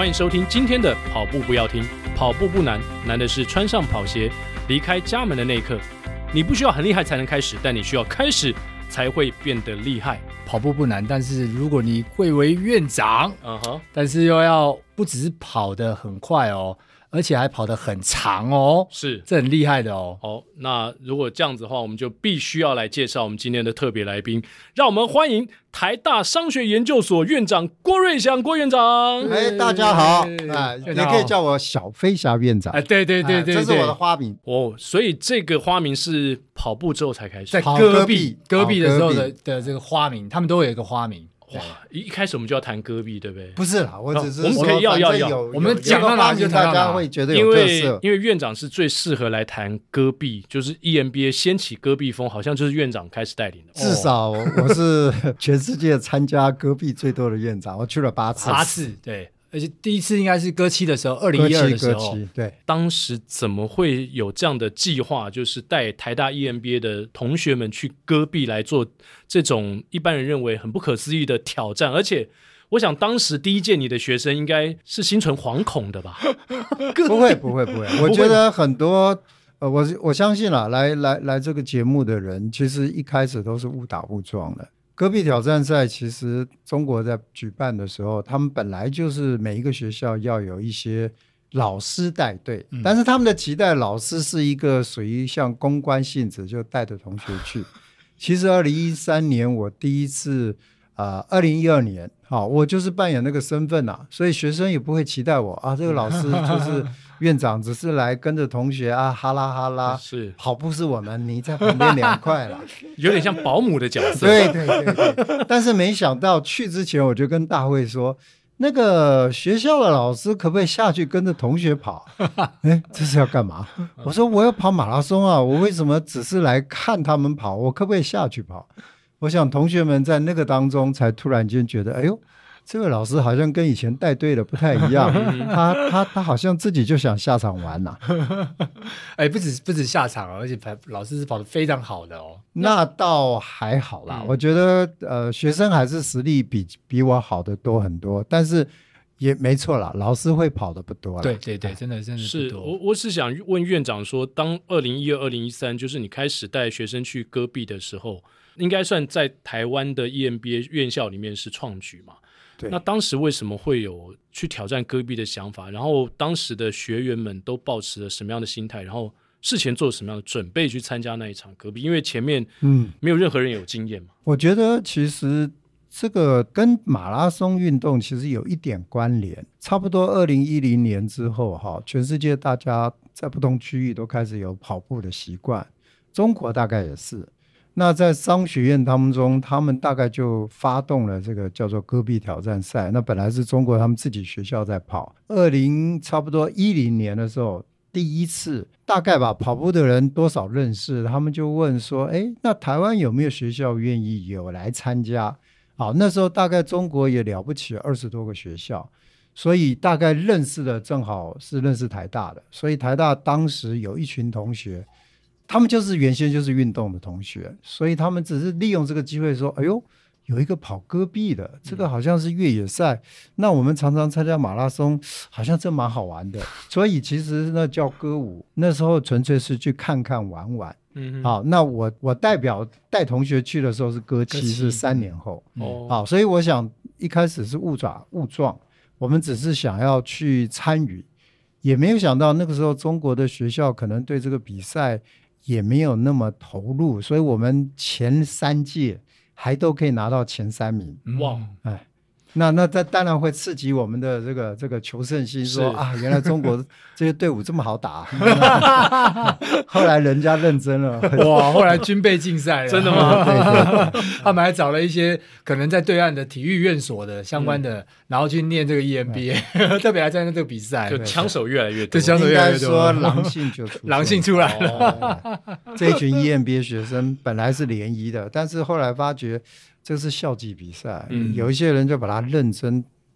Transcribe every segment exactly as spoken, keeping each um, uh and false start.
欢迎收听今天的跑步不要听。跑步不难，难的是穿上跑鞋离开家门的那一刻。你不需要很厉害才能开始，但你需要开始才会变得厉害。 跑步不难，但是如果你贵为院长， uh-huh. 但是又要不只是跑得很快哦，而且还跑得很长哦， 是， 这很厉害的哦。 好，那如果这样子的话，我们就必须要来介绍我们今天的特别来宾，让我们欢迎台大商学研究所院长郭瑞祥郭院长。 哎，大家好，哎，也可以叫我小飞侠院长。 哎，对对对 对, 对， 这是我的花名哦。所以这个花名是跑步之后才开始， 在戈壁戈壁的时候 的, 的这个花名，他们都会有一个花名。 哇，一开始我们就要谈戈壁，对不对？ 不是啦，我只是、 哦、我们可以要要要， 我们讲到哪就大家会觉得有特色。 因为因为院长是最适合来谈戈壁，就是 E M B A 掀起戈壁风，好像就是院长开始带领的。 至少我是全世界参加戈壁最多的院长，我去了八次， 八次，对。而且第一次应该是戈七的时候，二零一二的时候， 对， 当时怎么会有这样的计划，就是带台大 E M B A 的同学们去戈壁来做这种一般人认为很不可思议的挑战？而且，我想当时第一届你的学生应该是心存惶恐的吧？ 不会，不会，不会。我觉得很多，呃，我我相信啦，来来来这个节目的人，其实一开始都是误打误撞的。戈壁挑战赛其实中国在举办的时候，他们本来就是每一个学校要有一些老师带队、嗯、但是他们的期待老师是一个属于像公关性质，就带着同学去。其实二零一三年我第一次呃，二零一二年好，我就是扮演那个身份啊，所以学生也不会期待我啊，这个老师就是院长，只是来跟着同学啊哈啦哈啦， 是跑步是我们，你在旁边凉快了， 有点像保姆的角色。 对对对对，但是没想到去之前我就跟大会说，那个学校的老师可不可以下去跟着同学跑？哎，这是要干嘛？我说我要跑马拉松啊，我为什么只是来看他们跑？我可不可以下去跑？我想同学们在那个当中才突然间觉得，哎呦，这个老师好像跟以前带队的不太一样，他他他好像自己就想下场玩呐、 啊。哎，不止不止下场，而且老师是跑得非常好的哦。 那倒还好啦，嗯、我觉得呃学生还是实力比比我好的多很多，但是也没错啦，老师会跑的不多啦。 对对对，真的真的是是我我是想问院长说，当二零一二、二零一三就是你开始带学生去戈壁的时候，应该算在台湾的 E M B A 院校里面是创举嘛？ 对。 那当时为什么会有去挑战戈壁的想法？然后当时的学员们都抱持了什么样的心态？然后事前做什么样的准备去参加那一场戈壁？因为前面嗯没有任何人有经验嘛。 我觉得其实这个跟马拉松运动其实有一点关联。差不多二零一零年之后哈，全世界大家在不同区域都开始有跑步的习惯，中国大概也是。那在商学院当中，他们大概就发动了这个叫做戈壁挑战赛。那本来是中国他们自己学校在跑，二零差不多一零年的时候，第一次大概吧，跑步的人多少认识，他们就问说，哎，那台湾有没有学校愿意有来参加？好，那时候大概中国也了不起二十多个学校，所以大概认识的正好是认识台大的，所以台大当时有一群同学。他们就是原先就是运动的同学，所以他们只是利用这个机会说，哎呦，有一个跑戈壁的，这个好像是越野赛、嗯、那我们常常参加马拉松，好像这蛮好玩的，所以其实那叫歌舞，那时候纯粹是去看看玩玩。嗯，好，那我我代表带同学去的时候是戈七，是三年后、嗯、好，所以我想一开始是误打误撞，我们只是想要去参与，也没有想到那个时候中国的学校可能对这个比赛也没有那么投入，所以我们前三届还都可以拿到前三名。 哇， 哎，那那这当然会刺激我们的这个这个求胜心，说啊，原来中国这些队伍这么好打。后来人家认真了， 哇，后来军备竞赛了， 真的吗？ 对对对， 他们还找了一些可能在对岸的体育院所的相关的，嗯、然后去念这个 E M B A， 特别来参加这个比赛， 就枪手越来越多， 对，枪手越来越多， 应该说狼性就出狼性出来了。 哦、这一群 E M B A 学生本来是联谊的，但是后来发觉这是校际比赛、嗯，有一些人就把它认真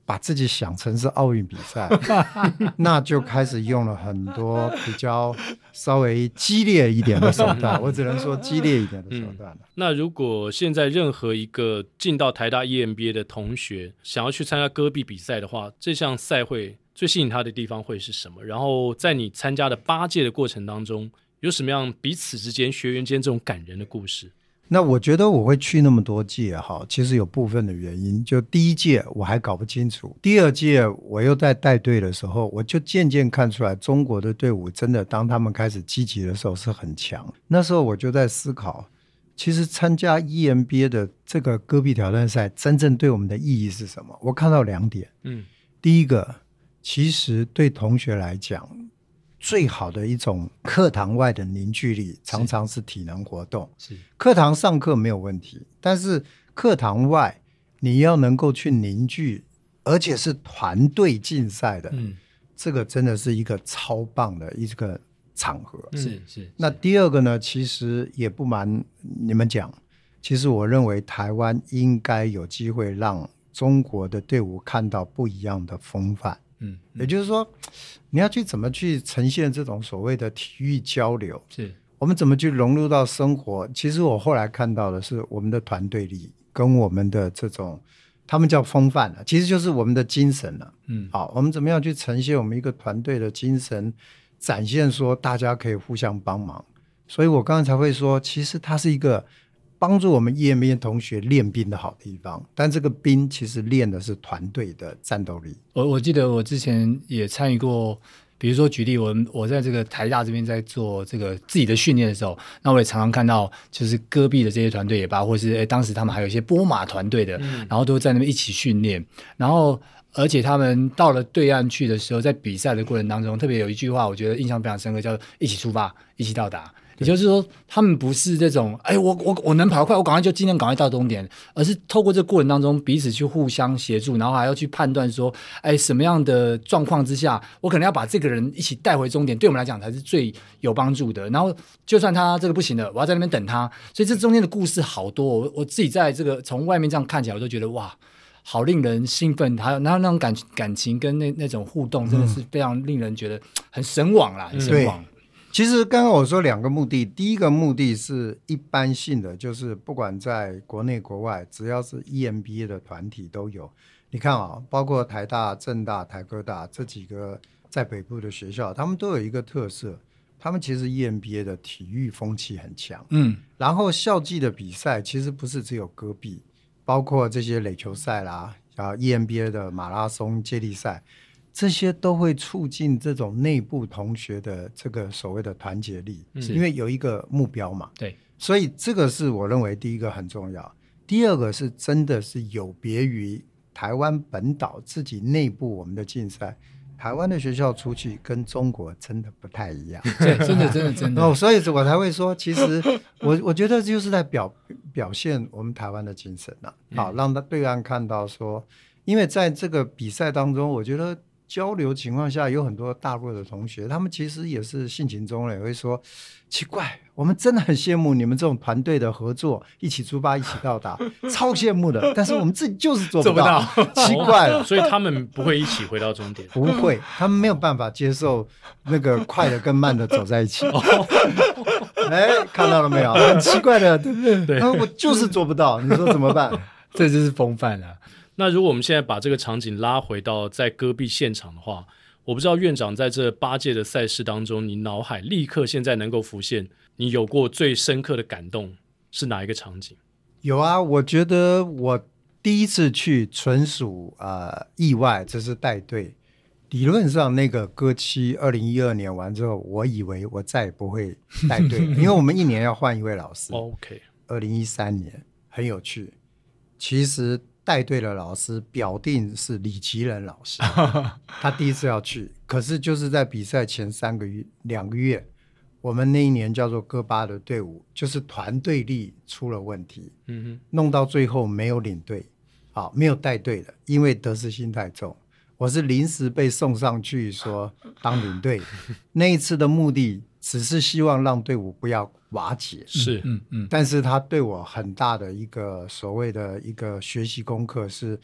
把自己想成是奥运比赛，那就开始用了很多比较稍微激烈一点的手段，我只能说激烈一点的手段、嗯、 那如果现在任何一个进到台大 E M B A 的同学想要去参加戈壁比赛的话，这项赛会最吸引他的地方会是什么？然后在你参加的八届的过程当中，有什么样彼此之间学员间这种感人的故事？ 那我觉得我会去那么多届哈，其实有部分的原因，就第一届我还搞不清楚，第二届我又在带队的时候，我就渐渐看出来中国的队伍真的当他们开始积极的时候是很强。那时候我就在思考，其实参加 E M B A 的这个戈壁挑战赛真正对我们的意义是什么？我看到两点，嗯，第一个，其实对同学来讲最好的一种课堂外的凝聚力常常是体能活动，是课堂上课没有问题，但是课堂外你要能够去凝聚，而且是团队竞赛的、嗯、这个真的是一个超棒的一个场合。 是是。 那第二个呢，其实也不瞒你们讲，其实我认为台湾应该有机会让中国的队伍看到不一样的风范。嗯，也就是说你要去怎么去呈现这种所谓的体育交流，是我们怎么去融入到生活。其实我后来看到的是我们的团队力跟我们的这种他们叫风范、啊、其实就是我们的精神了、啊。嗯，好，我们怎么样去呈现我们一个团队的精神，展现说大家可以互相帮忙。所以我刚才才会说其实它是一个帮助我们 E M B A 同学练兵的好地方，但这个兵其实练的是团队的战斗力。 我我记得我之前也参与过，比如说举例，我我在这个台大这边在做这个自己的训练的时候，那我也常常看到就是戈壁的这些团队也罢，或是诶当时他们还有一些波马团队的、嗯、然后都在那边一起训练，然后而且他们到了对岸去的时候，在比赛的过程当中，特别有一句话我觉得印象非常深刻，叫一起出发一起到达。也就是说他们不是这种哎，我我我能跑得快我赶快就尽量赶快到终点，而是透过这个过程当中彼此去互相协助，然后还要去判断说哎，什么样的状况之下我可能要把这个人一起带回终点，对我们来讲才是最有帮助的。然后就算他这个不行了，我要在那边等他，所以这中间的故事好多，我我自己在这个从外面这样看起来我都觉得哇好令人兴奋，还有那种 感, 感情跟 那, 那种互动真的是非常令人觉得很神往啦、嗯、很神往。 其实刚刚我说两个目的，第一个目的是一般性的，就是不管在国内国外只要是 E M B A 的团体都有。你看啊，包括台大、政大、台科大这几个在北部的学校，他们都有一个特色，他们其实 E M B A 的体育风气很强。嗯，然后校际的比赛其实不是只有戈壁，包括这些垒球赛啦，然后 E M B A 的马拉松接力赛，这些都会促进这种内部同学的这个所谓的团结力，因为有一个目标嘛。对，所以这个是我认为第一个很重要。第二个是真的是有别于台湾本岛自己内部我们的竞赛，台湾的学校出去跟中国真的不太一样。 对，真的真的真的、 哦、所以我才会说其实我我觉得就是在表表现我们台湾的精神啊，好，让对岸看到说，因为在这个比赛当中我觉得交流情况下有很多大陆的同学，他们其实也是性情中人，也会说奇怪，我们真的很羡慕你们这种团队的合作，一起出发一起到达，超羡慕的，但是我们自己就是做不到, 做不到奇怪了、 哦、所以他们不会一起回到终点。 不会，他们没有办法接受那个快的跟慢的走在一起。哎，看到了没有，很奇怪的，对不对？对，我就是做不到，你说怎么办？ 这就是风范啊。 那如果我们现在把这个场景拉回到在戈壁现场的话，我不知道院长在这八届的赛事当中，你脑海立刻现在能够浮现你有过最深刻的感动是哪一个场景？ 有啊，我觉得我第一次去纯属、呃、意外，这是带队。理论上那个戈期二零一二年完之后，我以为我再也不会带队因为我们一年要换一位老师。OK， 二零一三年很有趣，其实带队的老师表定是李奇仁老师他第一次要去，可是就是在比赛前三个月两个月，我们那一年叫做戈巴的队伍就是团队力出了问题、嗯、哼弄到最后没有领队，好，没有带队的，因为得失心太重，我是临时被送上去说当领队那一次的目的只是希望让队伍不要瓦解， 是，嗯嗯，但是他对我很大的一个所谓的一个学习功课是，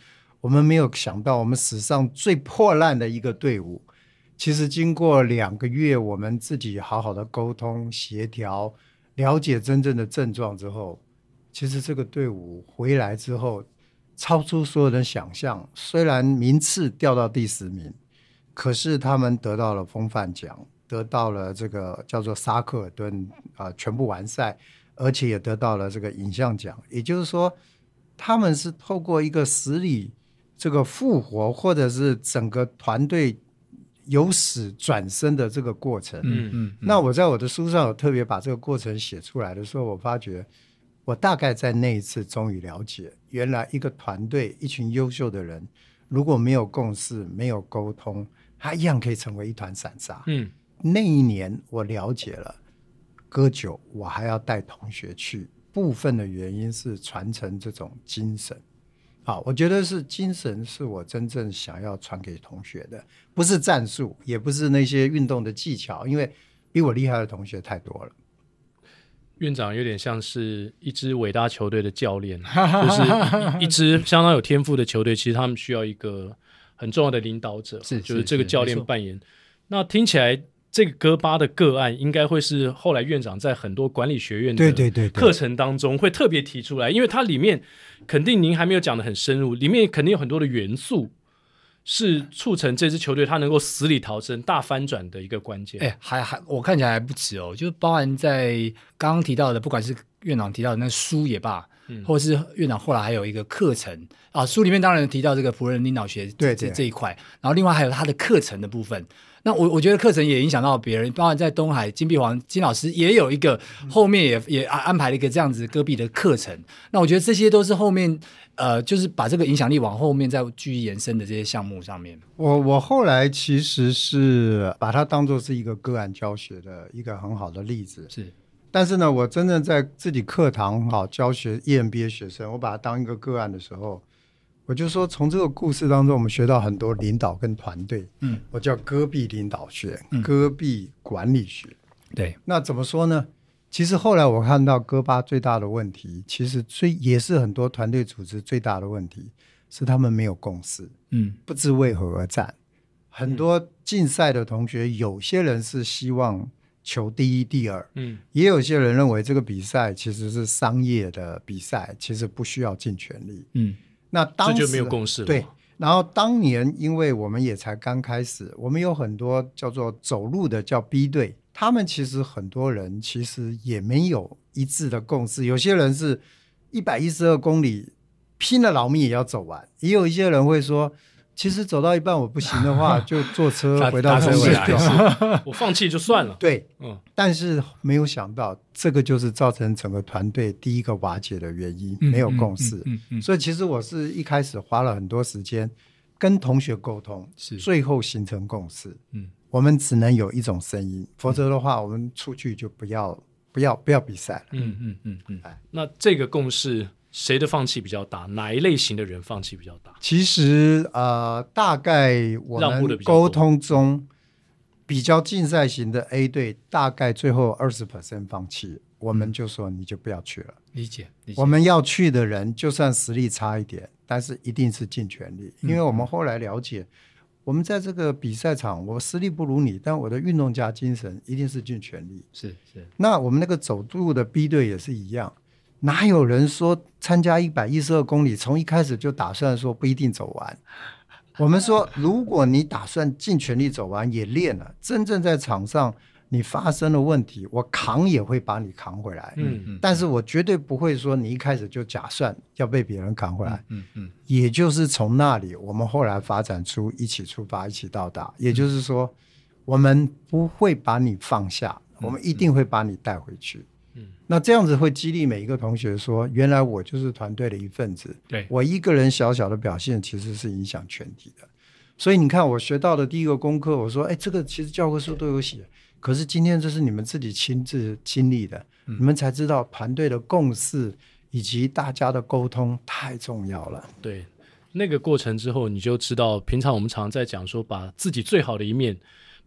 我们没有想到我们史上最破烂的一个队伍，其实经过两个月我们自己好好的沟通协调，了解真正的症状之后，其实这个队伍回来之后超出所有人想象，虽然名次掉到第十名，可是他们得到了风范奖，得到了这个叫做沙克尔顿、呃、全部完赛，而且也得到了这个影像奖。也就是说他们是透过一个实力这个复活，或者是整个团队由死转生的这个过程。 嗯嗯， 那我在我的书上有特别把这个过程写出来的时候，我发觉我大概在那一次终于了解，原来一个团队一群优秀的人如果没有共识没有沟通，他一样可以成为一团散沙。 嗯， 那一年我了解了歌酒我还要带同学去，部分的原因是传承这种精神。好，我觉得是精神是我真正想要传给同学的，不是战术，也不是那些运动的技巧，因为比我厉害的同学太多了。 院长有点像是一支伟大球队的教练，就是一支相当有天赋的球队，其实他们需要一个很重要的领导者， 是就是这个教练扮演。那听起来这个哥巴的个案应该会是后来院长在很多管理学院的课程当中会特别提出来，因为它里面肯定您还没有讲得很深入，里面肯定有很多的元素是促成这支球队它能够死里逃生大翻转的一个关键。 哎，还还我看起来还不止哦，就包含在刚刚提到的，不管是院长提到的那书也罢，嗯，或者是院长后来还有一个课程啊，书里面当然提到这个仆人领导学对这这一块，然后另外还有他的课程的部分。那我我觉得课程也影响到别人，包含在东海金碧煌金老师也有一个后面也也安排了一个这样子戈壁的课程。那我觉得这些都是后面呃，就是把这个影响力往后面再继续延伸的这些项目上面。 我我后来其实是把它当作是一个个案教学的一个很好的例子， 是。 但是呢，我真正在自己课堂好教学 E M B A 学生，我把它当一个个案的时候，我就说从这个故事当中我们学到很多领导跟团队，嗯，我叫戈壁领导学、嗯、戈壁管理学。 对， 那怎么说呢？其实后来我看到哥巴最大的问题，其实最也是很多团队组织最大的问题，是他们没有共识，嗯，不知为何而战。很多竞赛的同学，有些人是希望求第一第二，嗯，也有些人认为这个比赛其实是商业的比赛，其实不需要尽全力，嗯，那当时这就没有共识了。 对，然后当年因为我们也才刚开始，我们有很多叫做走路的叫 B 队，他们其实很多人其实也没有一致的共识，有些人是一百一十二公里拼了老命也要走完，也有一些人会说其实走到一半我不行的话就坐车回到车位就好， 我放弃就算了。 对、嗯，但是没有想到这个就是造成整个团队第一个瓦解的原因，嗯、没有共识、嗯嗯嗯嗯、所以其实我是一开始花了很多时间跟同学沟通，是最后形成共识。嗯，我们只能有一种声音，否则的话我们出去就不要不要不要比赛了。 嗯嗯嗯嗯。那这个共识谁的放弃比较大？哪一类型的人放弃比较大？ 其实呃，大概我们沟通中比较竞赛型的 A 队，大概最后 百分之二十 放弃，我们就说你就不要去了。 理解，理解。 我们要去的人就算实力差一点，但是一定是尽全力，因为我们后来了解、嗯、我们在这个比赛场我实力不如你，但我的运动家精神一定是尽全力。 是是。 那我们那个走路的 B 队也是一样，哪有人说参加一百一十二公里从一开始就打算说不一定走完？我们说如果你打算尽全力走完也练了，真正在场上你发生了问题，我扛也会把你扛回来，嗯，但是我绝对不会说你一开始就假算要被别人扛回来，嗯嗯，也就是从那里我们后来发展出一起出发一起到达，也就是说我们不会把你放下，我们一定会把你带回去。嗯，那这样子会激励每一个同学说原来我就是团队的一份子，对，我一个人小小的表现其实是影响全体的。所以你看我学到的第一个功课，我说哎，这个其实教科书都有写，可是今天这是你们自己亲自经历的、嗯、你们才知道团队的共识以及大家的沟通太重要了。 对，那个过程之后你就知道平常我们常在讲说把自己最好的一面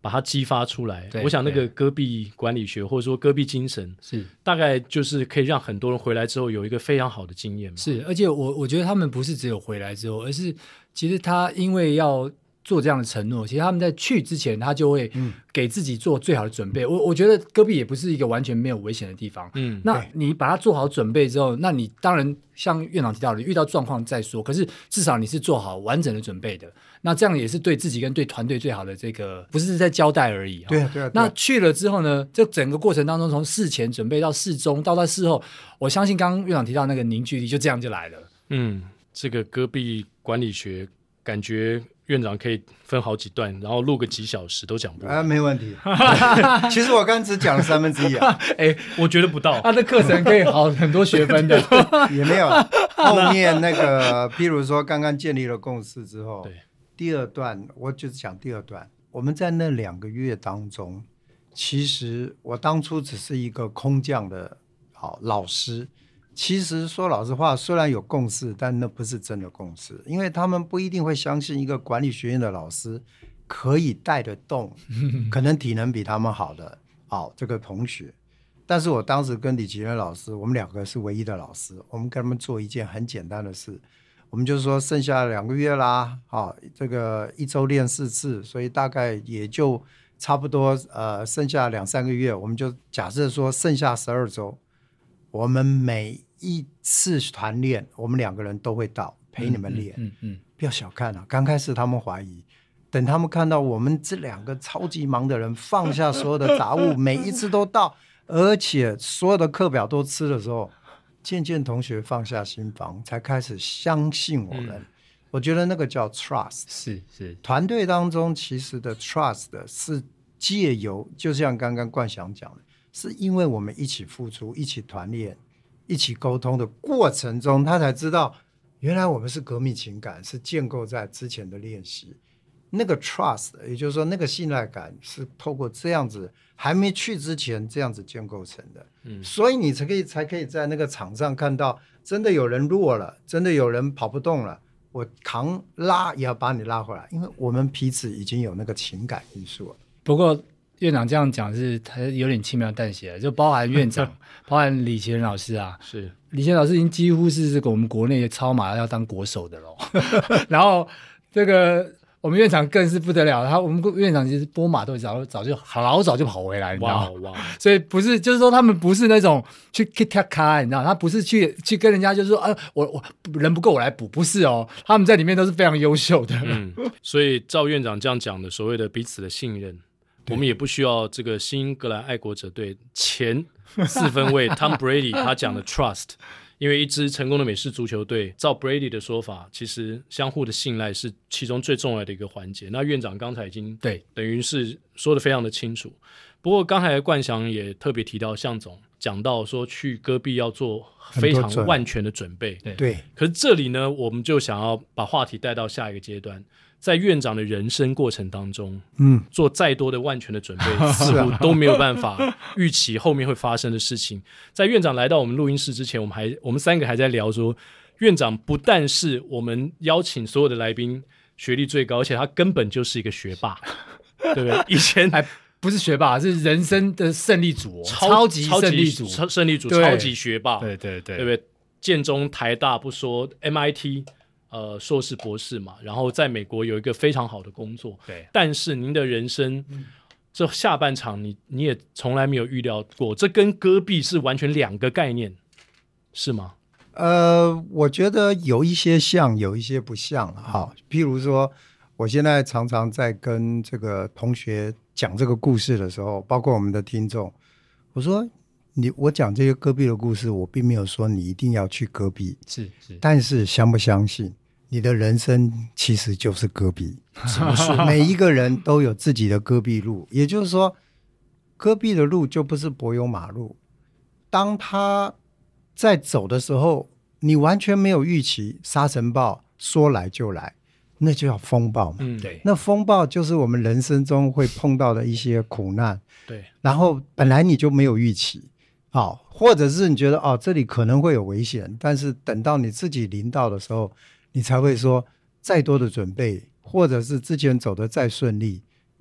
把它激发出来。 对我想那个戈壁管理学或者说戈壁精神， 是大概就是可以让很多人回来之后有一个非常好的经验嘛。 是，而且我我觉得他们不是只有回来之后，而是其实他因为要做这样的承诺，其实他们在去之前他就会给自己做最好的准备。我我觉得戈壁也不是一个完全没有危险的地方。 嗯， 那你把它做好准备之后，那你当然像院长提到的，遇到状况再说。可是至少你是做好完整的准备的，那这样也是对自己跟对团队最好的这个，不是在交代而已。 对啊对啊。 那去了之后呢，这整个过程当中，从事前准备到事中，到到事后，我相信刚刚院长提到那个凝聚力，就这样就来了。 嗯，这个戈壁管理学感觉院长可以分好几段，然后录个几小时都讲不完。 啊，没问题。其实我刚只讲了三分之一啊。 哎，我觉得不到。 他的课程可以好很多学分的。 也没有。后面那个，譬如说刚刚建立了共识之后， 对， 第二段我就是讲第二段。我们在那两个月当中，其实我当初只是一个空降的好老师。其实说老实话，虽然有共识，但那不是真的共识，因为他们不一定会相信一个管理学院的老师可以带得动可能体能比他们好的好这个同学。但是我当时跟李奇仁老师，我们两个是唯一的老师，我们跟他们做一件很简单的事，我们就说剩下两个月啦，好，这个一周练四次，所以大概也就差不多呃剩下两三个月，我们就假设说剩下十二周，我们每一次团练我们两个人都会到陪你们练。嗯嗯嗯嗯，不要小看啊，刚开始他们怀疑，等他们看到我们这两个超级忙的人放下所有的杂物每一次都到，而且所有的课表都吃的时候，渐渐同学放下心防，才开始相信我们。嗯，我觉得那个叫 trust。 是是， 团队当中其实的 trust 是借由，就像刚刚冠翔讲的，是因为我们一起付出，一起团练，一起沟通的过程中，他才知道原来我们是革命情感，是建构在之前的练习。那个 trust 也就是说那个信赖感是透过这样子还没去之前这样子建构成的。嗯，所以你才可以才可以在那个场上看到真的有人弱了，真的有人跑不动了，我扛拉也要把你拉回来，因为我们彼此已经有那个情感因素了。 不过院长这样讲是他有点轻描淡写了，就包含院长包含李奇仁老师啊， 是李奇仁老师已经几乎是这个我们国内的超马要当国手的咯然后这个我们院长更是不得了，他我们院长其实波马都早早就老早就跑回来，你知道吗？所以不是就是说他们不是那种去 kick 卡，你知道，他不是去去跟人家就是说啊，我我人不够我来补，不是哦，他们在里面都是非常优秀的。 嗯，所以照院长这样讲的，所谓的彼此的信任，我们也不需要这个新英格兰爱国者队前四分卫 Tom Brady 他讲的 trust。因为一支成功的美式足球队，照 Brady 的说法，其实相互的信赖是其中最重要的一个环节。那院长刚才已经对等于是说的非常的清楚。不过刚才冠翔也特别提到，向总讲到说去戈壁要做非常万全的准备。 对对。 可是这里呢，我们就想要把话题带到下一个阶段。在院长的人生过程当中，嗯，做再多的万全的准备，似乎都没有办法预期后面会发生的事情。在院长来到我们录音室之前，我们还我们三个还在聊说，院长不但是我们邀请所有的来宾学历最高，而且他根本就是一个学霸，对不对？以前还不是学霸，是人生的胜利组、哦，超级胜利组， 胜利组，超级学霸， 对对对， 对不对？建中、台大不说 ，M I T。呃，硕士、博士嘛，然后在美国有一个非常好的工作。 对， 但是您的人生、嗯、这下半场你，你也从来没有预料过，这跟戈壁是完全两个概念，是吗？ 呃，我觉得有一些像，有一些不像哈。譬如说，我现在常常在跟这个同学讲这个故事的时候，包括我们的听众，我说你我讲这些戈壁的故事，我并没有说你一定要去戈壁， 是是， 但是相不相信？你的人生其实就是戈壁，怎么说？每一个人都有自己的戈壁路，也就是说，戈壁的路就不是柏油马路。当他在走的时候，你完全没有预期，沙尘暴说来就来，那就叫风暴嘛。 嗯，对。 那风暴就是我们人生中会碰到的一些苦难。 对。 然后本来你就没有预期，好，或者是你觉得哦这里可能会有危险，但是等到你自己临到的时候。你才会说再多的准备，或者是之前走得再顺利，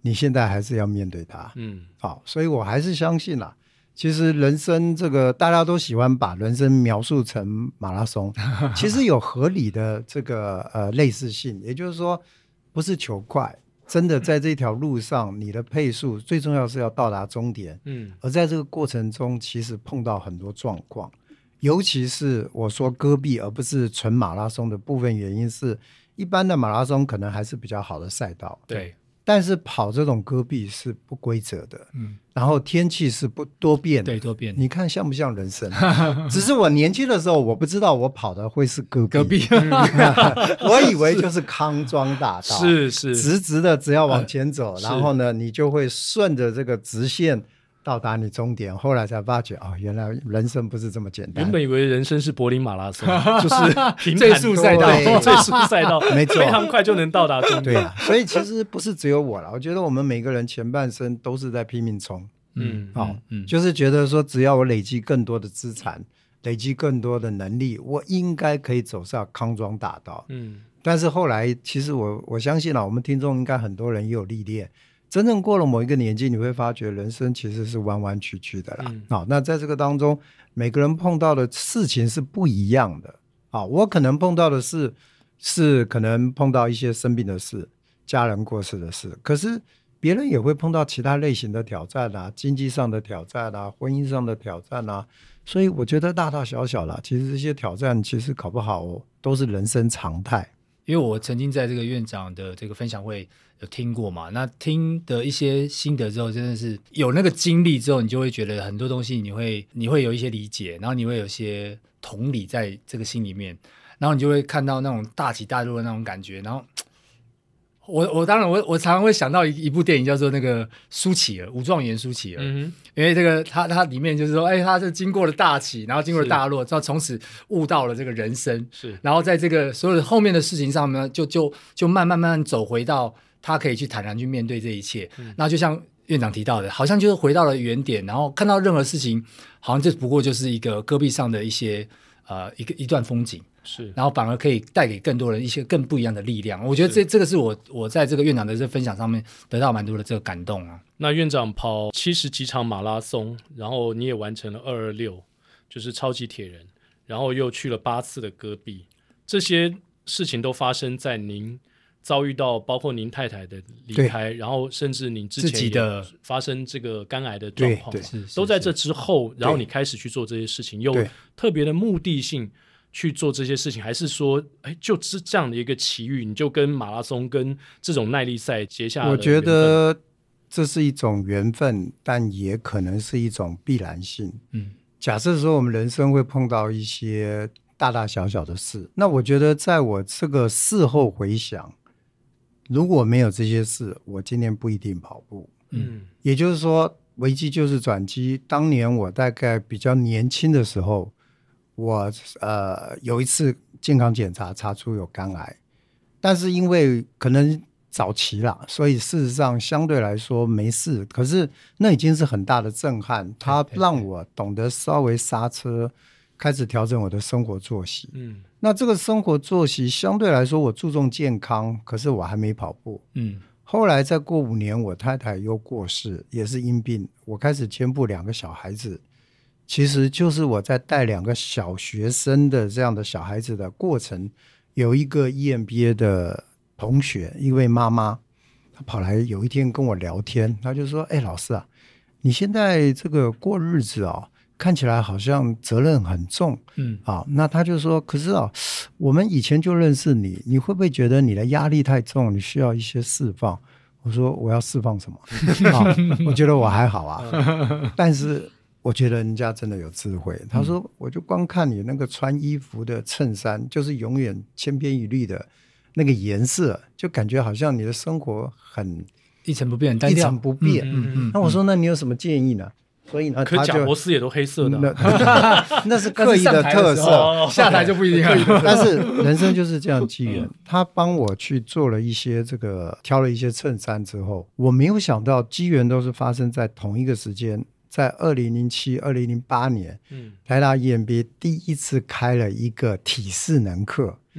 你现在还是要面对它。 嗯， 好，所以我还是相信啦。其实人生这个大家都喜欢把人生描述成马拉松，其实有合理的这个呃类似性，也就是说不是求快，真的在这条路上你的配速最重要是要到达终点。嗯，而在这个过程中其实碰到很多状况，尤其是我说戈壁而不是纯马拉松的部分原因是一般的马拉松可能还是比较好的赛道， 对， 但是跑这种戈壁是不规则的，嗯，然后天气是不多变的， 对，多变。 你看像不像人生？只是我年轻的时候，我不知道我跑的会是戈壁， 戈壁我以为就是康庄大道， 是是直直的，只要往前走，然后呢，你就会顺着这个直线到达你终点。后来才发觉，哦，原来人生不是这么简单。 原本以为人生是柏林马拉松，就是平最速赛道， 最速赛道， 没错， 非常快就能到达终点。 对啊，所以其实不是只有我啦，我觉得我们每个人前半生都是在拼命冲。嗯，好、哦嗯，就是觉得说，只要我累积更多的资产，累积更多的能力，我应该可以走上康庄大道。嗯，但是后来，其实我我相信啦，我们听众应该很多人也有历练。真正过了某一个年纪，你会发觉人生其实是弯弯曲曲的啦。嗯，好、哦，那在这个当中，每个人碰到的事情是不一样的。好、哦，我可能碰到的是是可能碰到一些生病的事，家人过世的事，可是别人也会碰到其他类型的挑战啊，经济上的挑战啊，婚姻上的挑战啊，所以我觉得大大小小啦，其实这些挑战其实搞不好、哦、都是人生常态。 因为我曾经在这个院长的这个分享会有听过嘛，那听的一些心得之后，真的是有那个经历之后，你就会觉得很多东西你会你会有一些理解，然后你会有一些同理在这个心里面，然后你就会看到那种大起大落的那种感觉，然后我我当然我我常常会想到一一部电影叫做那个苏乞儿，武状元苏乞儿，嗯，因为这个他他里面就是说，哎，他是经过了大起，然后经过了大落，到从此悟到了这个人生， 是， 然后在这个所有的后面的事情上呢，就就就慢慢慢慢走回到他可以去坦然去面对这一切。嗯，那就像院长提到的，好像就是回到了原点，然后看到任何事情，好像这不过就是一个戈壁上的一些呃一个一段风景。是，然后反而可以带给更多人一些更不一样的力量。我觉得这这个是我我在这个院长的这分享上面得到蛮多的这个感动啊。 那院长跑七十几场马拉松，然后你也完成了二二六，就是超级铁人，然后又去了八次的戈壁，这些事情都发生在您遭遇到包括您太太的离开，然后甚至您之前也发生这个肝癌的状况，都在这之后，然后你开始去做这些事情，有特别的目的性去做这些事情，还是说，哎，就是这样的一个奇遇，你就跟马拉松、跟这种耐力赛结下了缘分？ 我觉得这是一种缘分，但也可能是一种必然性。嗯，假设说我们人生会碰到一些大大小小的事，那我觉得在我这个事后回想，如果没有这些事，我今天不一定跑步。嗯，也就是说，危机就是转机。当年我大概比较年轻的时候，我呃有一次健康检查查出有肝癌，但是因为可能早期啦，所以事实上相对来说没事，可是那已经是很大的震撼，它让我懂得稍微刹车，开始调整我的生活作息。嗯，那这个生活作息相对来说我注重健康，可是我还没跑步。嗯，后来再过五年我太太又过世，也是因病，我开始肩负两个小孩子，其实就是我在带两个小学生的这样的小孩子的过程，有一个 E M B A 的同学，一位妈妈，她跑来有一天跟我聊天，她就说，哎，老师啊，你现在这个过日子啊，看起来好像责任很重。嗯，啊，那她就说，可是啊，我们以前就认识你，你会不会觉得你的压力太重，你需要一些释放？我说我要释放什么？啊，我觉得我还好啊，但是我觉得人家真的有智慧。他说我就光看你那个穿衣服的衬衫，就是永远千篇一律的那个颜色，就感觉好像你的生活很一成不变， 一成不变。嗯嗯嗯，那我说那你有什么建议呢？所以呢， 可贾博士也都黑色的、啊那, 那是刻意的特色， 下台就不一定了。但是人生就是这样机缘，他帮我去做了一些这个挑了一些衬衫之后，我没有想到机缘都是发生在同一个时间，在二零零七、二零零八年，嗯，台大 E M B A 第一次开了一个体适能课，嗯，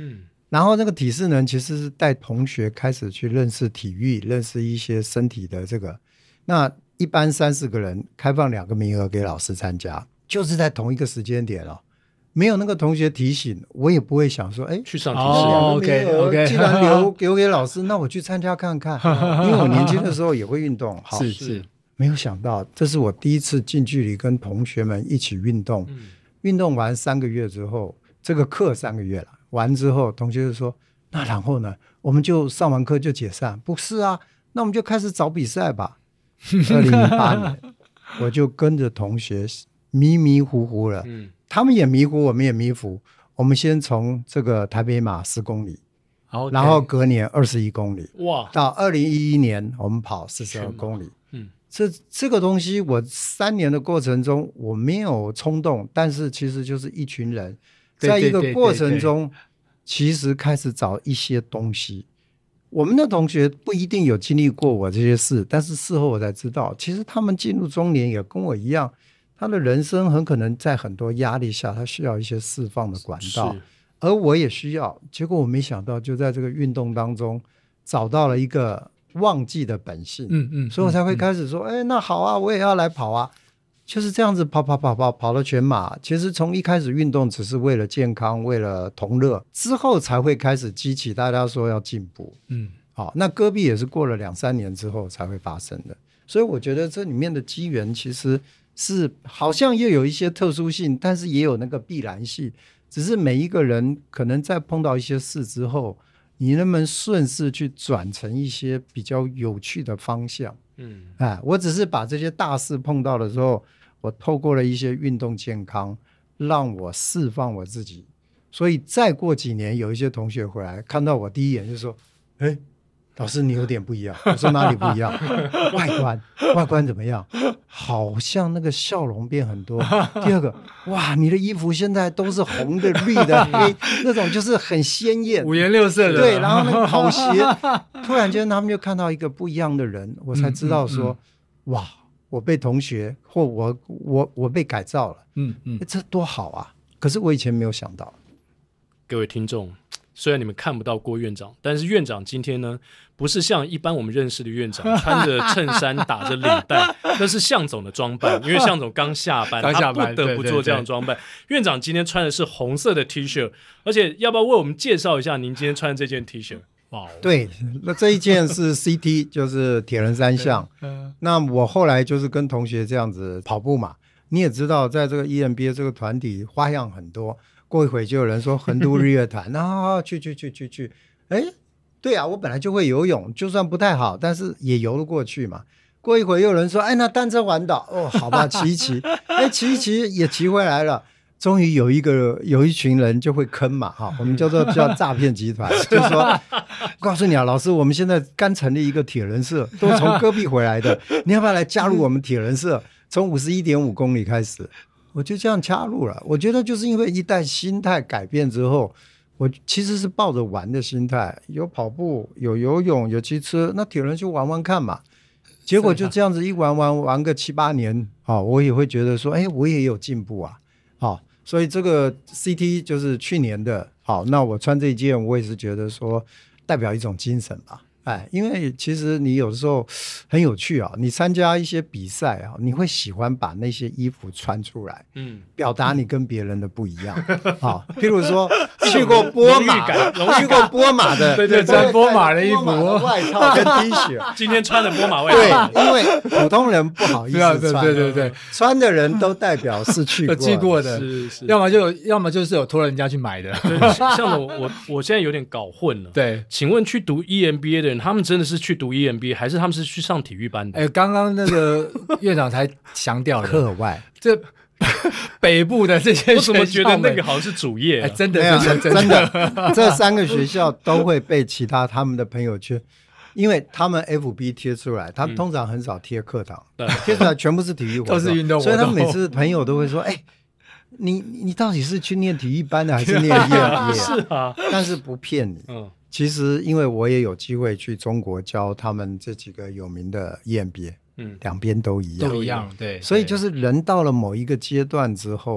然后那个体适能其实是带同学开始去认识体育，认识一些身体的这个。那一般三四个人，开放两个名额给老师参加，就是在同一个时间点哦。没有那个同学提醒，我也不会想说，哎， 去上体适哦能。 OK OK， 既然留留给老师，那我去参加看看。因为我年轻的时候也会运动，好是是， 没有想到，这是我第一次近距离跟同学们一起运动。 嗯、 运动完三个月之后，这个课三个月了，完之后，同学就说：“那然后呢？我们就上完课就解散？”不是啊，那我们就开始找比赛吧。二零一八年，我就跟着同学迷迷糊糊了，嗯、他们也迷糊，我们也迷糊。我们先从这个台北马十公里。 Okay. 然后隔年二十一公里， 哇！ 到二零一一年我们跑四十二公里， 嗯， 这这个东西我三年的过程中我没有冲动，但是其实就是一群人在一个过程中，其实开始找一些东西。我们的同学不一定有经历过我这些事，但是事后我才知道，其实他们进入中年也跟我一样，他的人生很可能在很多压力下，他需要一些释放的管道。而我也需要，结果我没想到就在这个运动当中找到了一个忘记的本性， 嗯嗯， 所以我才会开始说，哎、嗯，那好啊，我也要来跑啊，就是这样子跑跑跑跑跑了全马。其实从一开始运动只是为了健康，为了同乐，之后才会开始激起大家说要进步。 嗯， 好，那戈壁也是过了两三年之后才会发生的，所以我觉得这里面的机缘其实是好像又有一些特殊性，但是也有那个必然性。只是每一个人可能在碰到一些事之后，你能不能顺势去转成一些比较有趣的方向？嗯，哎，我只是把这些大事碰到的时候，我透过了一些运动健康，让我释放我自己。所以再过几年，有一些同学回来看到我，第一眼就说：“哎，老师你有点不一样。”我说哪里不一样？外观，外观怎么样？好像那个笑容变很多。第二个，哇，你的衣服现在都是红的、绿的、黑，那种就是很鲜艳， 五颜六色的。 对，然后那个跑鞋，突然间他们就看到一个不一样的人，我才知道说，嗯嗯嗯、哇，我被同学或我我我被改造了，嗯嗯，这多好啊！可是我以前没有想到。 各位听众，虽然你们看不到郭院长，但是院长今天呢，不是像一般我们认识的院长穿着衬衫打着领带，那是向总的装扮，因为向总刚下班， 刚下班他不得不做这样的装扮。对对对，院长今天穿的是红色的 T 恤，而且要不要为我们介绍一下您今天穿的这件 T 恤？哇， 对，那这一件是 C T， 就是铁人三项。那我后来就是跟同学这样子跑步嘛，你也知道，在这个 E M B A 这个团体花样很多。过一会就有人说横渡日月潭，啊，去去去去去，哎，对啊，我本来就会游泳，就算不太好，但是也游得过去嘛。过一会又有人说，哎，那单车环岛，哦，好吧，骑一骑，哎，骑一骑也骑回来了。终于有一个有一群人就会坑嘛，哈，我们叫做叫诈骗集团，就是说，我告诉你啊，老师，我们现在刚成立一个铁人社，都从戈壁回来的，你要不要来加入我们铁人社？从五十一点五公里开始。我就这样加入了。我觉得就是因为一旦心态改变之后，我其实是抱着玩的心态，有跑步，有游泳，有骑车，那铁人就玩玩看嘛。结果就这样子一玩玩玩个七八年，哦，我也会觉得说，哎，我也有进步啊。好、哦，所以这个 C T 就是去年的，好，那我穿这一件，我也是觉得说代表一种精神吧。哎，因为其实你有时候很有趣啊，你参加一些比赛啊，你会喜欢把那些衣服穿出来，嗯，表达你跟别人的不一样啊。譬如说去过波马，去过波马的， 对对，穿波马的衣服、 外套跟 T 恤， 今天穿的波马外套， 对，因为普通人不好意思穿， 对对对对， 穿的人都代表是去过去过的， 是是， 要么就要么就是有托人家去买的。 像我我我现在有点搞混了， 对， 请问去读 E M B A 的人，他们真的是去读 E M B A， 还是他们是去上体育班的？ 哎，刚刚那个院长才强调了课外， 这北部的这些学校， 我怎么觉得那个好像是主业、啊哎？真的， 真的，真的，这三个学校都会被其他他们的朋友圈，因为他们 F B 贴出来，他们通常很少贴课堂，嗯、贴出来全部是体育活动， 都是运动活动， 所以他们每次朋友都会说，哎。你你到底是去念体育班的还是念 E M B A？ 是啊， 但是不骗你。嗯，其实因为我也有机会去中国教他们这几个有名的 E M B A， 嗯，两边都一样， 都一样，对。 所以就是人到了某一个阶段之后，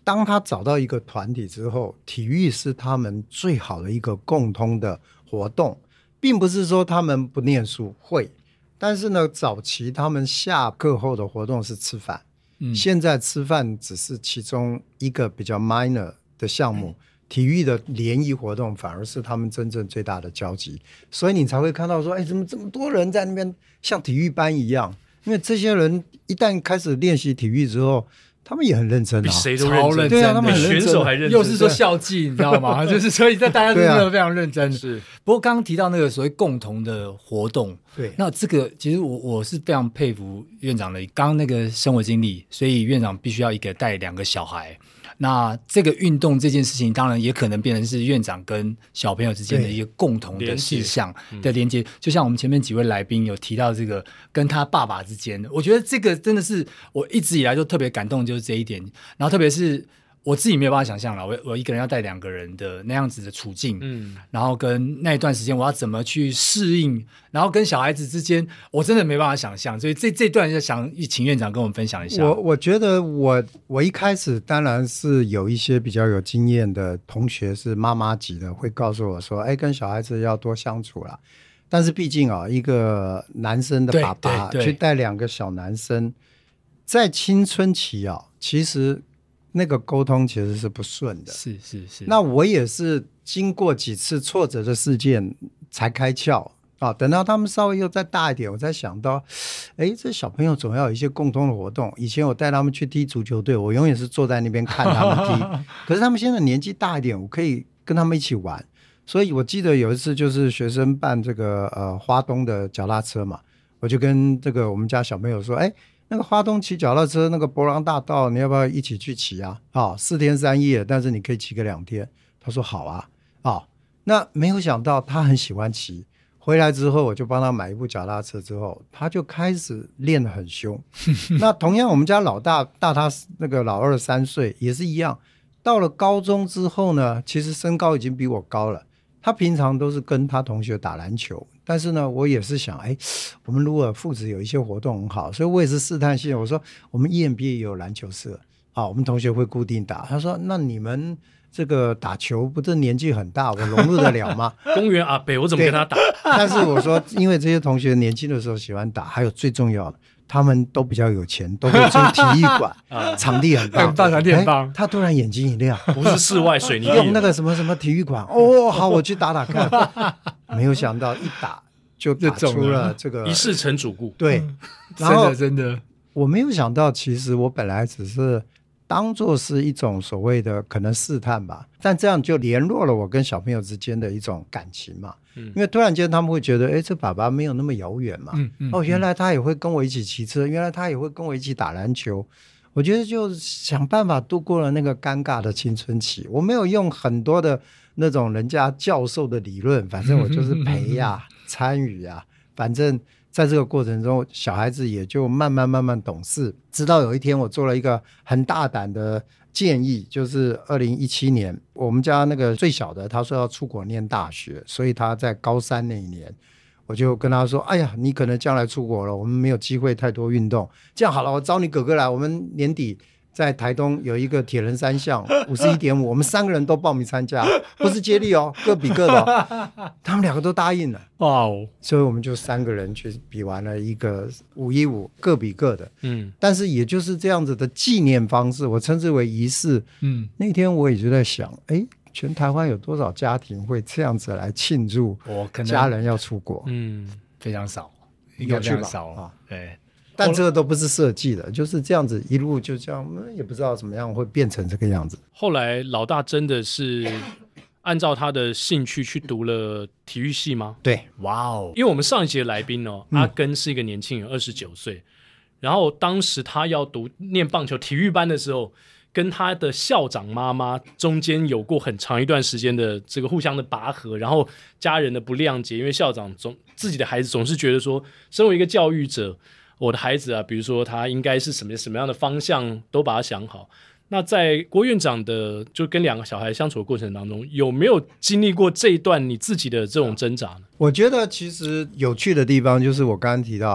当他找到一个团体之后，体育是他们最好的一个共通的活动，并不是说他们不念书会，但是呢，早期他们下课后的活动是吃饭，嗯，现在吃饭只是其中一个比较 minor 的项目，嗯，体育的联谊活动反而是他们真正最大的交集，所以你才会看到说，哎，怎么这么多人在那边像体育班一样？因为这些人一旦开始练习体育之后，他们也很认真啊， 比谁都认真， 对啊，他们很认真， 比选手还认真， 又是说校际，你知道吗？就是所以大家真的非常认真。 是， 不过刚刚提到那个所谓共同的活动， 对， 那这个其实我我是非常佩服院长的，刚刚那个生活经历，所以院长必须要一个带两个小孩。那这个运动这件事情，当然也可能变成是院长跟小朋友之间的一个共同的事项的连接。嗯、就像我们前面几位来宾有提到这个跟他爸爸之间，我觉得这个真的是我一直以来就特别感动，就是这一点。然后特别是我自己没有办法想象了，我我一个人要带两个人的那样子的处境，嗯，然后跟那一段时间我要怎么去适应，然后跟小孩子之间，我真的没办法想象，所以这这段就想请院长跟我们分享一下。 我我觉得我我一开始当然是有一些比较有经验的同学是妈妈级的，会告诉我说，哎，跟小孩子要多相处啦。但是毕竟啊，一个男生的爸爸去带两个小男生，在青春期啊，其实那个沟通其实是不顺的， 是是是。 那我也是经过几次挫折的事件才开窍啊。等到他们稍微又再大一点，我才想到，哎，这小朋友总要有一些共同的活动。以前我带他们去踢足球队，我永远是坐在那边看他们踢。可是他们现在年纪大一点，我可以跟他们一起玩。所以我记得有一次就是学生办这个呃花东的脚踏车嘛，我就跟这个我们家小朋友说，哎。那个花东骑脚踏车，那个博朗大道，你要不要一起去骑啊？啊，四天三夜，但是你可以骑个两天。他说好啊，啊，那没有想到他很喜欢骑。回来之后，我就帮他买一部脚踏车，之后他就开始练得很凶。那同样，我们家老大大他那个老二三岁也是一样。到了高中之后呢，其实身高已经比我高了。他平常都是跟他同学打篮球，但是呢，我也是想，哎，我们如果父子有一些活动很好，所以我也是试探性，我说我们 E M B A 也有篮球社啊，我们同学会固定打。他说，那你们这个打球不是年纪很大，我融入得了吗？ 公园阿北，我怎么跟他打？ 但是我说，因为这些同学年轻的时候喜欢打，还有最重要的，他们都比较有钱，都会住体育馆，场地很棒， 场地很棒。 他突然眼睛一亮， 不是室外水泥地， 用那个什么什么体育馆。哦，好，我去打打看。没有想到一打就打出了这个一试成主顾。 对，然后真的真的， 我没有想到，其实我本来只是当作是一种所谓的可能试探吧，但这样就联络了我跟小朋友之间的一种感情嘛。嗯、因为突然间他们会觉得，哎，这爸爸没有那么遥远嘛。嗯嗯、哦，原来他也会跟我一起骑车，原来他也会跟我一起打篮球。我觉得就想办法度过了那个尴尬的青春期。我没有用很多的那种人家教授的理论，反正我就是陪呀、啊、参与呀、啊，反正在这个过程中，小孩子也就慢慢慢慢懂事。直到有一天，我做了一个很大胆的建议，就是二零一七年，我们家那个最小的他说要出国念大学，所以他在高三那一年，我就跟他说，哎呀，你可能将来出国了，我们没有机会太多运动，这样好了，我找你哥哥来，我们年底在台东有一个铁人三项五十一点五，我们三个人都报名参加，不是接力哦，各比各的哦。他们两个都答应了，哇哦！所以我们就三个人去比完了一个五一五，各比各的。嗯，但是也就是这样子的纪念方式，我称之为仪式。嗯，那天我也就在想，哎，全台湾有多少家庭会这样子来庆祝家人要出国？ 嗯，非常少，应该非常少啊。对。 但这个都不是设计的，就是这样子一路就这样，也不知道怎么样会变成这个样子。 后来老大真的是按照他的兴趣去读了体育系吗？ 对， 哇哦！ 因为我们上一集的来宾哦，阿根是一个年轻人，二十九岁，然后当时他要读念棒球体育班的时候，跟他的校长妈妈中间有过很长一段时间的这个互相的拔河，然后家人的不谅解，因为校长总自己的孩子总是觉得说，身为一个教育者，我的孩子啊，比如说他应该是什么什么样的方向，都把它想好。那在郭院长的就跟两个小孩相处的过程当中，有没有经历过这一段你自己的这种挣扎呢？ 我觉得其实有趣的地方就是我刚刚提到，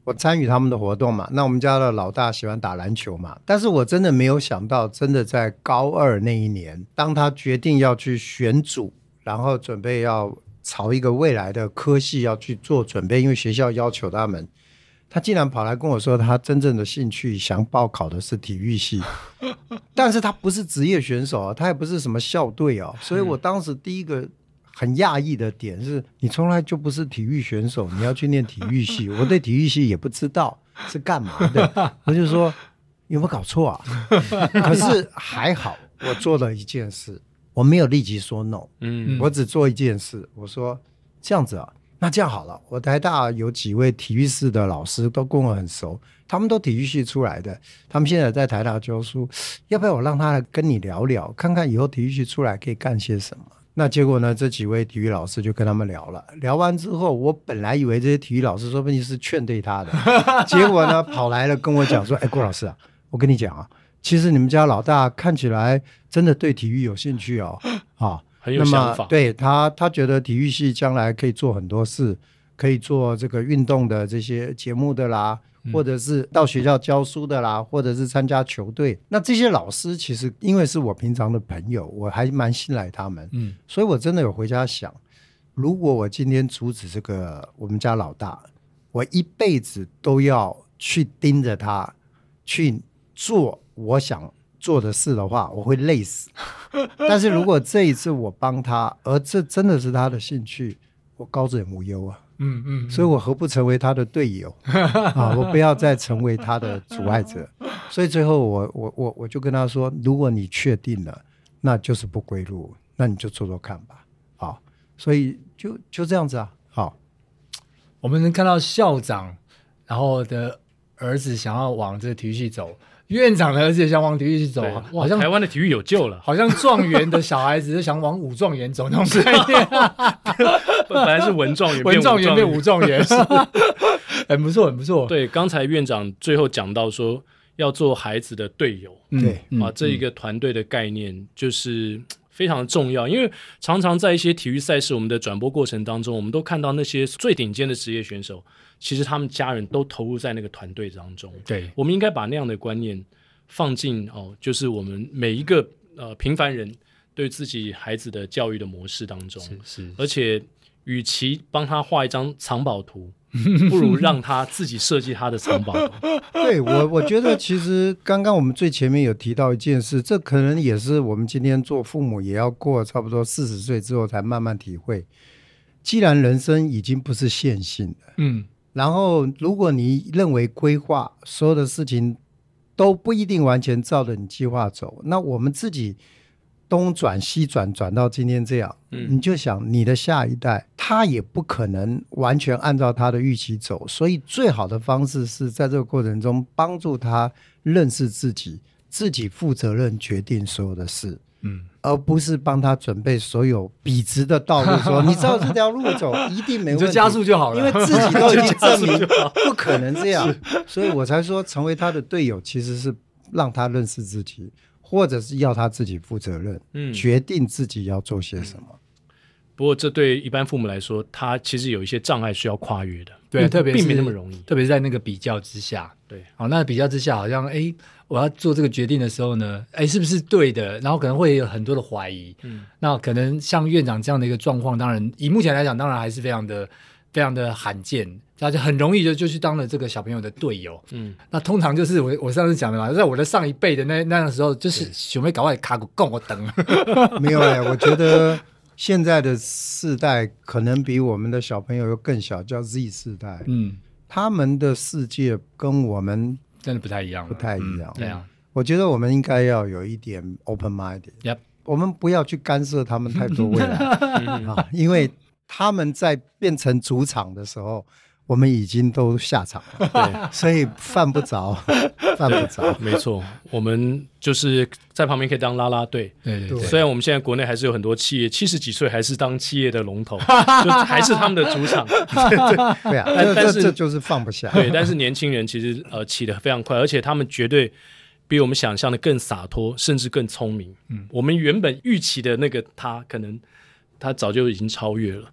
我参与他们的活动嘛，那我们家的老大喜欢打篮球嘛，但是我真的没有想到，真的在高二那一年，当他决定要去选组，然后准备要朝一个未来的科系要去做准备，因为学校要求他们，他竟然跑来跟我说他真正的兴趣想报考的是体育系但是他不是职业选手啊，他也不是什么校队啊，所以我当时第一个很讶异的点是，你从来就不是体育选手，你要去念体育系我对体育系也不知道是干嘛的我就说有没有搞错啊可是还好我做了一件事，我没有立即说 no， 嗯，我只做一件事，我说这样子啊，那这样好了，我台大有几位体育系的老师都跟我很熟，他们都体育系出来的，他们现在在台大教书，要不要我让他来跟你聊聊，看看以后体育系出来可以干些什么。那结果呢，这几位体育老师就跟他们聊了，聊完之后，我本来以为这些体育老师说不定是劝对他的结果呢跑来了跟我讲说，哎，郭老师啊，我跟你讲啊，其实你们家老大看起来真的对体育有兴趣哦啊， 很有想法， 对他他觉得体育系将来可以做很多事，可以做这个运动的这些节目的啦，或者是到学校教书的啦，或者是参加球队。那这些老师其实因为是我平常的朋友，我还蛮信赖他们，嗯，所以我真的有回家想，如果我今天阻止这个我们家老大，我一辈子都要去盯着他去做我想做的事的话，我会累死但是如果这一次我帮他，而这真的是他的兴趣，我高枕无忧啊，嗯嗯，所以我何不成为他的队友啊？我不要再成为他的阻碍者。所以最后我我我我就跟他说，如果你确定了，那就是不归路，那你就做做看吧。好，所以就就这样子啊。好， 我们能看到校长然后的儿子想要往这个体育系走，院长的儿子也想往体育系走， 好像台湾的体育有救了， 好像状元的小孩子想往武状元走那种概念本来是文状元文状元变武状元很不错很不错。 对，刚才院长最后讲到说要做孩子的队友， 对、 嗯啊、这一个团队的概念就是非常重要，因为常常在一些体育赛事我们的转播过程当中，我们都看到那些最顶尖的职业选手，其实他们家人都投入在那个团队当中。 对， 我们应该把那样的观念放进哦，就是我们每一个呃平凡人对自己孩子的教育的模式当中。 是是， 而且与其帮他画一张藏宝图不如让他自己设计他的藏宝图对，我我觉得其实刚刚我们最前面有提到一件事，这可能也是我们今天做父母也要过差不多四十岁之后才慢慢体会，既然人生已经不是线性的，嗯，然后如果你认为规划所有的事情都不一定完全照着你计划走，那我们自己东转西转转到今天这样、嗯、你就想你的下一代他也不可能完全按照他的预期走，所以最好的方式是在这个过程中帮助他认识自己，自己负责任决定所有的事，嗯，而不是帮他准备所有笔直的道路说你照这条路走一定没问题， 你就加速就好了， 因为自己都已经证明不可能这样所以我才说成为他的队友其实是让他认识自己，或者是要他自己负责任、嗯、决定自己要做些什么、嗯、 不过这对一般父母来说他其实有一些障碍需要跨越的， 对，特别是并没那么容易， 特别是在那个比较之下， 对， 好，那比较之下好像哎，我要做这个决定的时候呢，哎，是不是对的，然后可能会有很多的怀疑，嗯，那可能像院长这样的一个状况，当然以目前来讲当然还是非常的非常的罕见，他就很容易就就去当了这个小朋友的队友，嗯，那通常就是我我上次讲的嘛，在我的上一辈的那那个时候，就是想要搞我卡骨供我等， 没有哎、欸，我觉得现在的世代可能比我们的小朋友又更小，叫 Z 世代，嗯，他们的世界跟我们真的不太一样， 不太一样， 对啊， 我觉得我们应该要有一点 open minded， 我们不要去干涉他们太多未来、啊、因为他们在变成主场的时候我们已经都下场了，对，所以犯不着犯不着， 没错，我们就是在旁边可以当啦啦队， 对对对， 虽然我们现在国内还是有很多企业七十几岁还是当企业的龙头就还是他们的主场对对对啊，但, 但是这就是放不下， 对，但是年轻人其实呃起得非常快，而且他们绝对比我们想象的更洒脱，甚至更聪明、嗯、我们原本预期的那个他可能他早就已经超越了。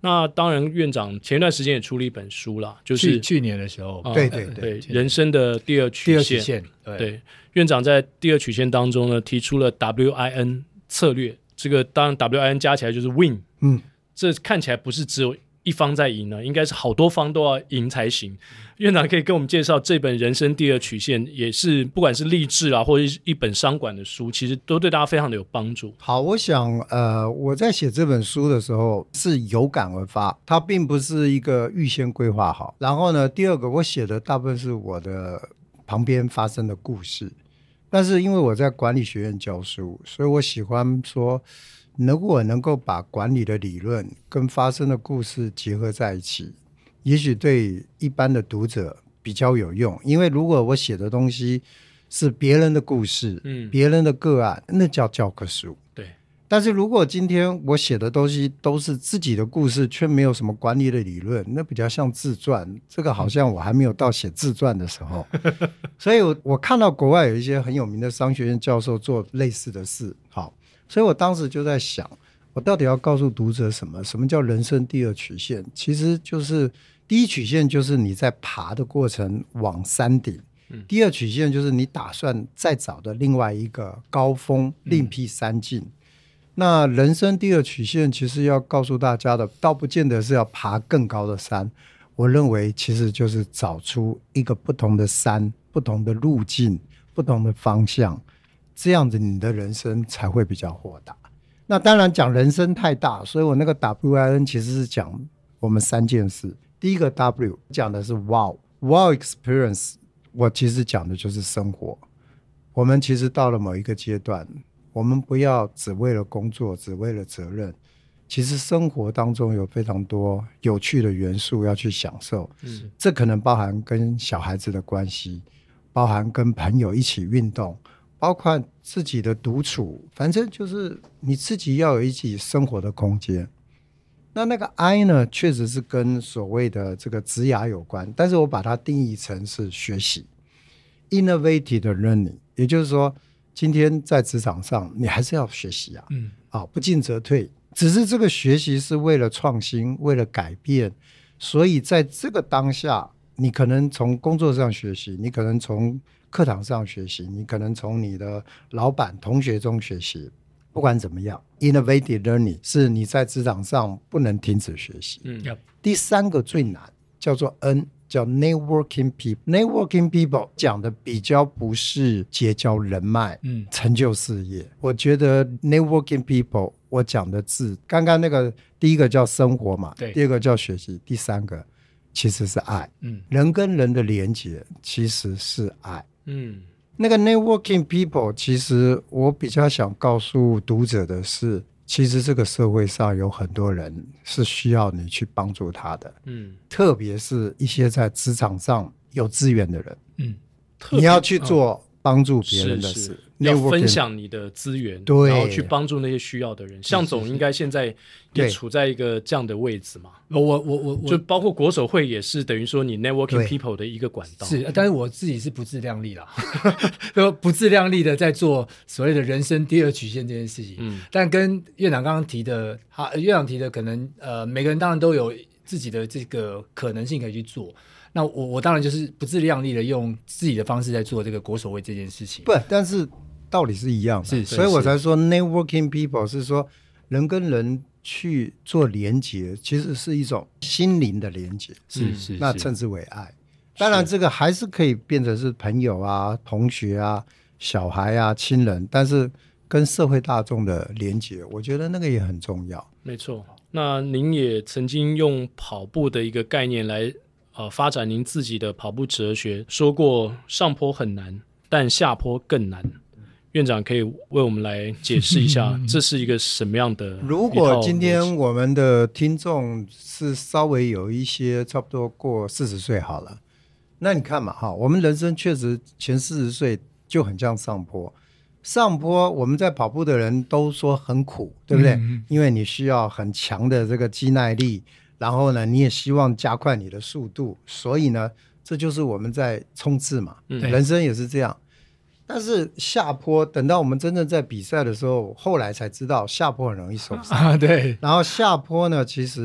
那当然，院长前一段时间也出了一本书啦，就是去去年的时候， 呃、 对对对人生的第二曲线。 第二曲线，对， 对，院长在第二曲线当中呢，提出了 W I N 策略。这个当然 W I N 加起来就是 Win， 嗯， 这看起来不是只有一方在赢呢，应该是好多方都要赢才行。院长可以跟我们介绍这本人生第二曲线，也是不管是励志啊，或者是一本商管的书，其实都对大家非常的有帮助。 好，我想呃，我在写这本书的时候是有感而发，它并不是一个预先规划好。然后呢，第二个我写的大部分是我的旁边发生的故事，但是因为我在管理学院教书，所以我喜欢说如果能够把管理的理论跟发生的故事结合在一起，也许对一般的读者比较有用。因为如果我写的东西是别人的故事，嗯，别人的个案，那叫教科书。 对。 但是如果今天我写的东西都是自己的故事，却没有什么管理的理论，那比较像自传。这个好像我还没有到写自传的时候。所以我我看到国外有一些很有名的商学院教授做类似的事，好，所以我当时就在想，我到底要告诉读者什么？什么叫人生第二曲线？其实就是第一曲线就是你在爬的过程往山顶，嗯，第二曲线就是你打算再找的另外一个高峰，另辟蹊径。嗯，那人生第二曲线其实要告诉大家的，倒不见得是要爬更高的山，我认为其实就是找出一个不同的山，不同的路径，不同的方向，这样子你的人生才会比较豁达。那当然讲人生太大，所以我那个 W I N 其实是讲我们三件事。第一个 W 讲的是 Wow Wow Experience， 我其实讲的就是生活。我们其实到了某一个阶段，我们不要只为了工作，只为了责任，其实生活当中有非常多有趣的元素要去享受。嗯，这可能包含跟小孩子的关系，包含跟朋友一起运动，包括自己的独处，反正就是你自己要有一起生活的空间。那那个 I 呢，确实是跟所谓的这个职涯有关，但是我把它定义成是学习 Innovative Learning， 也就是说今天在职场上你还是要学习啊，嗯，啊，不进则退，只是这个学习是为了创新，为了改变，所以在这个当下你可能从工作上学习，你可能从课堂上学习，你可能从你的老板同学中学习，不管怎么样 Innovative Learning 是你在职场上不能停止学习。嗯，第三个最难叫做 N， 叫 Networking People。 Networking People 讲的比较不是结交人脉，嗯，成就事业。我觉得 Networking People 我讲的字，刚刚那个第一个叫生活嘛，第二个叫学习，第三个其实是爱。嗯，人跟人的连结其实是爱。嗯，那个 networking people 其实我比较想告诉读者的是，其实这个社会上有很多人是需要你去帮助他的。嗯，特别是一些在职场上有资源的人。嗯，你要去做帮助别人的事，是是要分享你的资源， 对， 然后去帮助那些需要的人。向总应该现在也处在一个这样的位置嘛？ 我我我我就包括国手会也是等于说你 networking people 的一个管道。 是，但是我自己是不自量力啦，不自量力的在做所谓的人生第二曲线这件事情。嗯，但跟院长刚刚提的，他院长提的可能呃，每个人当然都有自己的这个可能性可以去做。那我我当然就是不自量力的用自己的方式在做这个国手会这件事情。 不，但是道理是一样的， 是， 所以我才说 networking people 是说人跟人去做连结，其实是一种心灵的连结， 是是， 那称之为爱。当然这个还是可以变成是朋友啊、同学啊、小孩啊、亲人，但是跟社会大众的连结，我觉得那个也很重要。 没错，那您也曾经用跑步的一个概念来呃，发展您自己的跑步哲学，说过上坡很难，但下坡更难。院长可以为我们来解释一下这是一个什么样的？ 如果今天我们的听众是稍微有一些差不多过四十岁好了，那你看嘛哈，我们人生确实前四十岁就很像上坡。上坡我们在跑步的人都说很苦，对不对？嗯，因为你需要很强的这个肌耐力，然后呢你也希望加快你的速度，所以呢这就是我们在冲刺嘛。嗯，人生也是这样。但是下坡等到我们真正在比赛的时候，后来才知道下坡很容易受伤。 啊，对。 然后下坡呢其实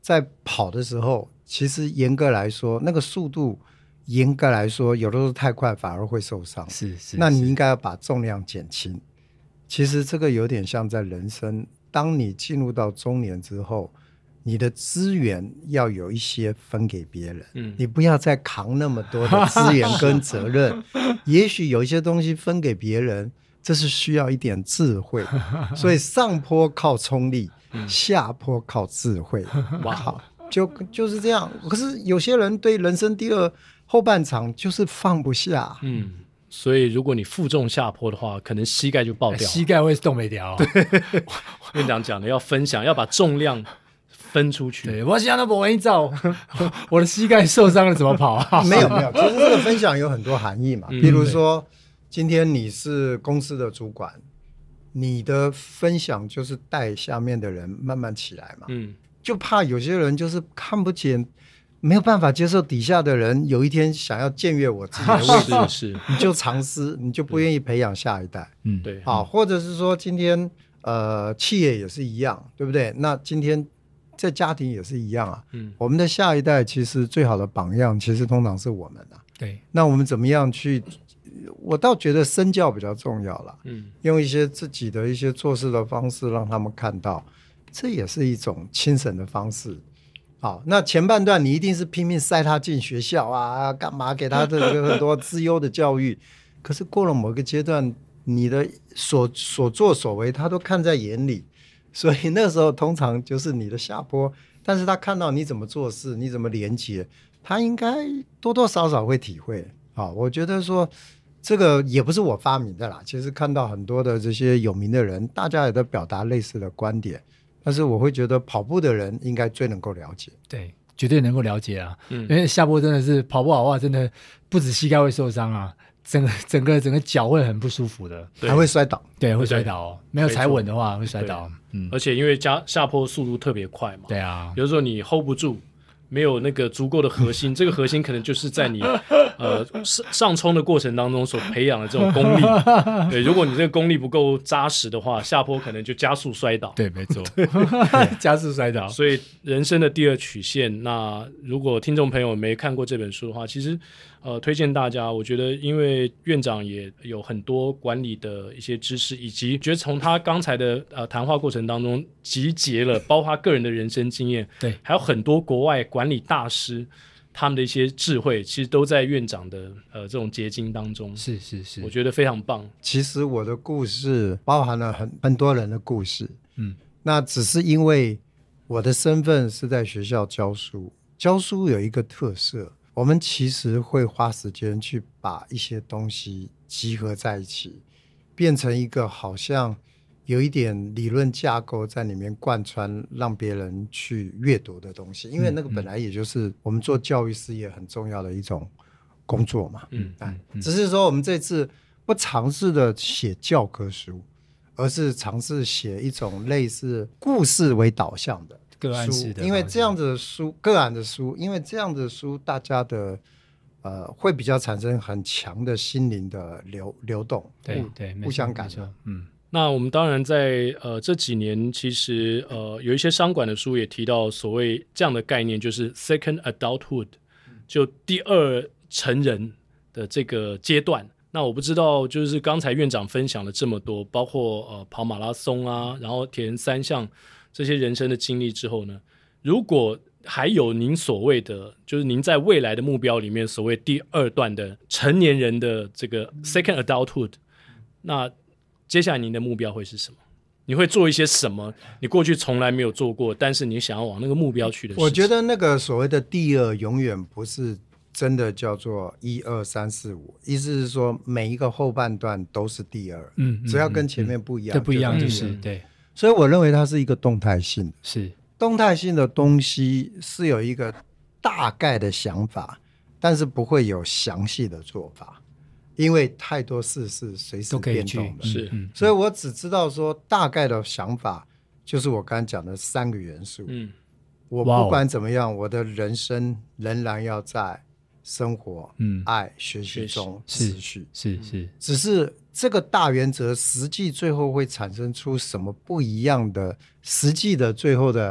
在跑的时候，其实严格来说，那个速度严格来说，有的时候太快反而会受伤。 是是， 那你应该要把重量减轻。其实这个有点像在人生，当你进入到中年之后，你的资源要有一些分给别人，嗯，你不要再扛那么多的资源跟责任。也许有一些东西分给别人，这是需要一点智慧。所以上坡靠冲力，嗯、下坡靠智慧。哇，好，就就是这样。可是有些人对人生第二后半场就是放不下， 嗯。所以如果你负重下坡的话，可能膝盖就爆掉， 膝盖会动没掉。 院长讲的要分享，要把重量分出去。 对，我想到我一照，我的膝盖受伤了怎么跑啊？ 没有没有，其实这个分享有很多含义嘛。比如说，今天你是公司的主管，你的分享就是带下面的人慢慢起来嘛。嗯，就怕有些人就是看不见。没有办法接受底下的人有一天想要僭越我自己的位置， 是是， 你就藏私，你就不愿意培养下一代。 嗯，对， 好，或者是说今天呃企业也是一样，对不对？那今天在家庭也是一样啊。嗯，我们的下一代其实最好的榜样，其实通常是我们啊。 对， 那我们怎么样去？我倒觉得身教比较重要啦。嗯，用一些自己的一些做事的方式让他们看到，这也是一种轻省的方式。好，那前半段你一定是拼命塞他进学校啊，干嘛给他的很多资优的教育，可是过了某个阶段，你的所所作所为他都看在眼里，所以那时候通常就是你的下坡，但是他看到你怎么做事，你怎么连结，他应该多多少少会体会。好，我觉得说这个也不是我发明的啦，其实看到很多的这些有名的人，大家也都表达类似的观点。但是我会觉得跑步的人应该最能够了解， 对，绝对能够了解啊。嗯，因为下坡真的是跑不好的话，真的不止膝盖会受伤啊，整个整个整个脚会很不舒服的， 还会摔倒。 对，会摔倒哦，没有踩稳的话会摔倒。 嗯，而且因为加下坡速度特别快嘛， 对啊， 有时候你 hold 不住。没有那个足够的核心，这个核心可能就是在你呃上上冲的过程当中所培养的这种功力。对，如果你这个功力不够扎实的话，下坡可能就加速摔倒。 对，没错，加速摔倒。 所以人生的第二曲线，那如果听众朋友没看过这本书的话，其实呃推荐大家。我觉得，因为院长也有很多管理的一些知识，以及觉得从他刚才的呃谈话过程当中集结了，包括他个人的人生经验， 对， 还有很多国外管理大师他们的一些智慧，其实都在院长的呃这种结晶当中。 是是是， 我觉得非常棒。 其实我的故事包含了很很多人的故事，嗯，那只是因为我的身份是在学校教书，教书有一个特色，我们其实会花时间去把一些东西集合在一起，变成一个好像有一点理论架构在里面贯穿，让别人去阅读的东西，因为那个本来也就是我们做教育事业很重要的一种工作嘛。嗯，嗯嗯只是说我们这次不尝试的写教科书，而是尝试写一种类似故事为导向的个案式的， 因为这样的书，个案的书，因为这样的书，大家的呃会比较产生很强的心灵的流流动， 对对， 互相感受， 嗯。那我们当然在呃这几年，其实呃有一些商管的书也提到所谓这样的概念，就是 second adulthood， 就第二成人的这个阶段。那我不知道，就是刚才院长分享了这么多，包括呃跑马拉松啊，然后铁人三项这些人生的经历之后呢，如果还有您所谓的，就是您在未来的目标里面所谓第二段的成年人的这个 second adulthood， 那接下来您的目标会是什么？你会做一些什么你过去从来没有做过，但是你想要往那个目标去的事情？ 我觉得那个所谓的第二永远不是真的叫做一二三四五，意思是说每一个后半段都是第二，嗯，只要跟前面不一样， 这、嗯、不一样就是、嗯、对。 所以我认为它是一个动态性， 是动态性的东西是有一个大概的想法，但是不会有详细的做法。因为太多事是随时变动的， 是， 所以我只知道说大概的想法就是我刚才讲的三个元素。嗯，我不管怎么样，我的人生仍然要在生活、嗯、爱、学习中持续。 是 是, 是， 只是这个大原则实际最后会产生出什么不一样的实际的最后的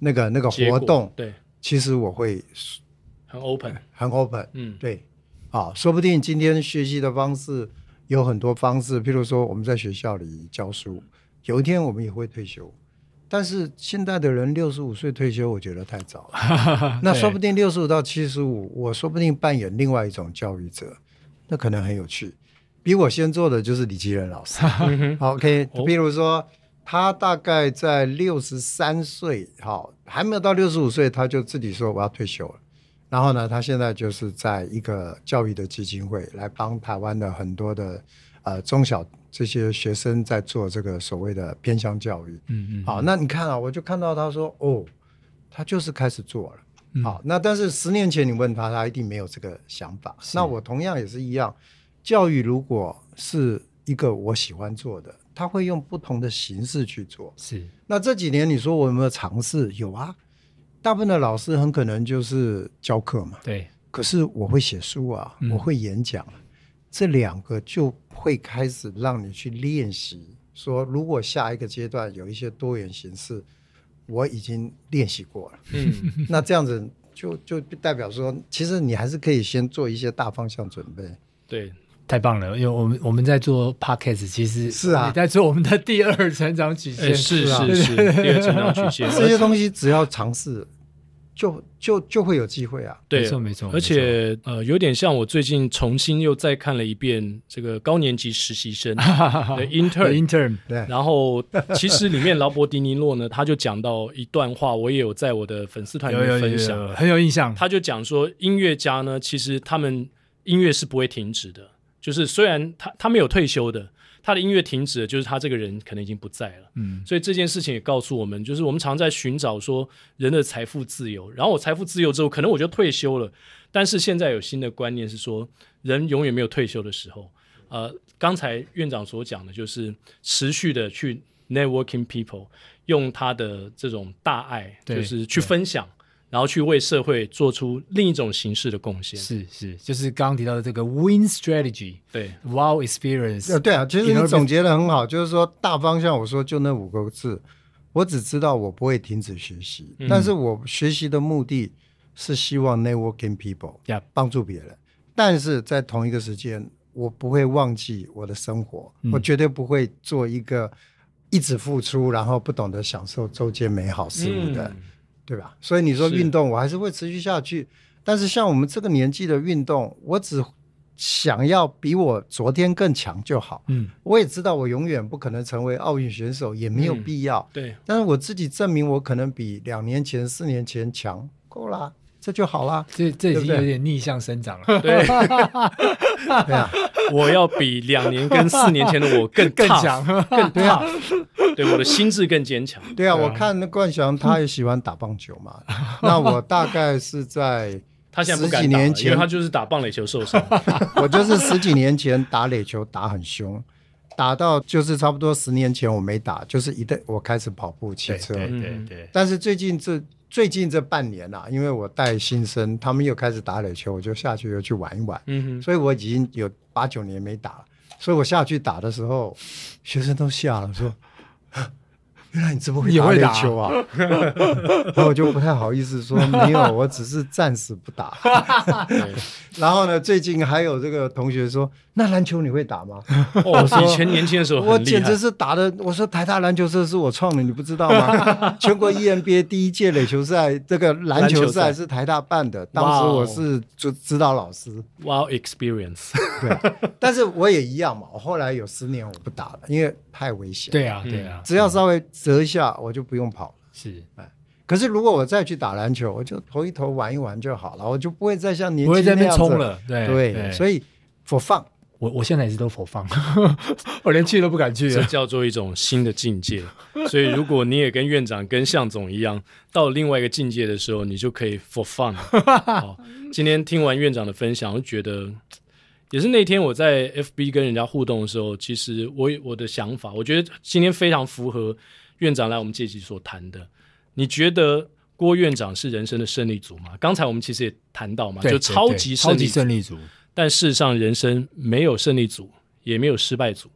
那个那个活动， 对， 其实我会很 open， 很 open， 嗯， 对，啊，说不定今天学习的方式有很多方式，譬如说我们在学校里教书，有一天我们也会退休。但是现在的人六十五岁退休，我觉得太早了。那说不定六十五到七十五，我说不定扮演另外一种教育者，那可能很有趣。比我先做的就是李基仁老师。好 OK， 比如说他大概在六十三岁，好，还没有到六十五岁，他就自己说我要退休了。然后呢，他现在就是在一个教育的基金会来帮台湾的很多的呃中小这些学生在做这个所谓的偏乡教育。嗯嗯，好，那你看啊，我就看到他说哦，他就是开始做了。嗯、好，那但是十年前你问他，他一定没有这个想法。那我同样也是一样，教育如果是一个我喜欢做的，他会用不同的形式去做。 是， 那这几年你说我有没有尝试？有啊，大部分的老师很可能就是教课嘛。 对， 可是我会写书啊，嗯、我会演讲，这两个就会开始让你去练习。说如果下一个阶段有一些多元形式，我已经练习过了。嗯，那这样子就就代表说，其实你还是可以先做一些大方向准备。 对。 太棒了，因为我们我们在做 podcast， 其实是啊， 也在做我们的第二成长曲线， 欸、是是是，第二成长曲线。 这些东西只要尝试，就就就会有机会啊。 对， 没错没错。 而且呃，有点像我最近重新又再看了一遍这个高年级实习生的 intern intern， 对。 然后其实里面劳勃迪尼洛呢，他就讲到一段话，我也有在我的粉丝团里面分享， 有有有有很有印象。 他就讲说，音乐家呢，其实他们音乐是不会停止的。就是虽然他他没有退休的，他的音乐停止了，就是他这个人可能已经不在了。嗯，所以这件事情也告诉我们，就是我们常在寻找说人的财富自由，然后我财富自由之后，可能我就退休了。但是现在有新的观念是说，人永远没有退休的时候。呃，刚才院长所讲的就是持续的去 networking people， 用他的这种大爱，就是去分享。然后去为社会做出另一种形式的贡献。 是是，就是刚刚提到的这个 win strategy， 对 wow experience。 呃，对啊，其实你总结得很好，就是说大方向，我说就那五个字，我只知道我不会停止学习，嗯、但是我学习的目的是希望 networking people， 帮助别人，但是在同一个时间，我不会忘记我的生活，嗯、我绝对不会做一个一直付出，然后不懂得享受周间美好事物的。嗯，对吧？所以你说运动我还是会持续下去，但是像我们这个年纪的运动，我只想要比我昨天更强就好。嗯，我也知道我永远不可能成为奥运选手，也没有必要。 嗯、对， 但是我自己证明我可能比两年前、四年前强，够啦，这就好啦。 这这已经有点逆向生长了。 对，对啊，我要比两年跟四年前的我更更强， 更对啊。对，我的心智更坚强。 对啊，我看那冠翔他也喜欢打棒球嘛。那我大概是在他现在不敢打，十几年前，因为他就是打棒垒球受伤。 我就是十几年前打垒球打很凶，打到就是差不多十年前我没打，就是一旦我开始跑步骑车。 对对 对, 对。 但是最近这最近这半年啊，因为我带新生，他们又开始打垒球，我就下去又去玩一玩。嗯哼，所以我已经有八九年没打了。所以我下去打的时候，学生都吓了，说。原来你这么会打垒球啊？然后我就不太好意思说没有，我只是暂时不打。然后呢，最近还有这个同学说，那篮球你会打吗？ 哦，以前年轻的时候很厉害， 我简直是打的。我说台大篮球社是我创的，你不知道吗？全国 E M B A 第一届垒球赛，这个篮球赛是台大办的，当时我是指导老师。 Wow experience。 对，但是我也一样嘛。我后来有十年我不打了，因为太危险。 对啊，对啊， 只要稍微折一下我就不用跑了。 是， 可是如果我再去打篮球，我就投一投玩一玩就好了，我就不会再像年轻不会在那边样冲了。对对, 对， 所以for fun， 我我现在也是都for fun，我连去都不敢去了。 这叫做一种新的境界。所以如果你也跟院长跟向总一样，到另外一个境界的时候，你就可以 for fun。好，今天听完院长的分享，我就觉得。也是那天我在 F B 跟人家互动的时候，其实我我的想法，我觉得今天非常符合院长来我们这集所谈的。你觉得郭院长是人生的胜利组吗？刚才我们其实也谈到嘛，就超级胜利组， 超级胜利组。 但事实上，人生没有胜利组，也没有失败组，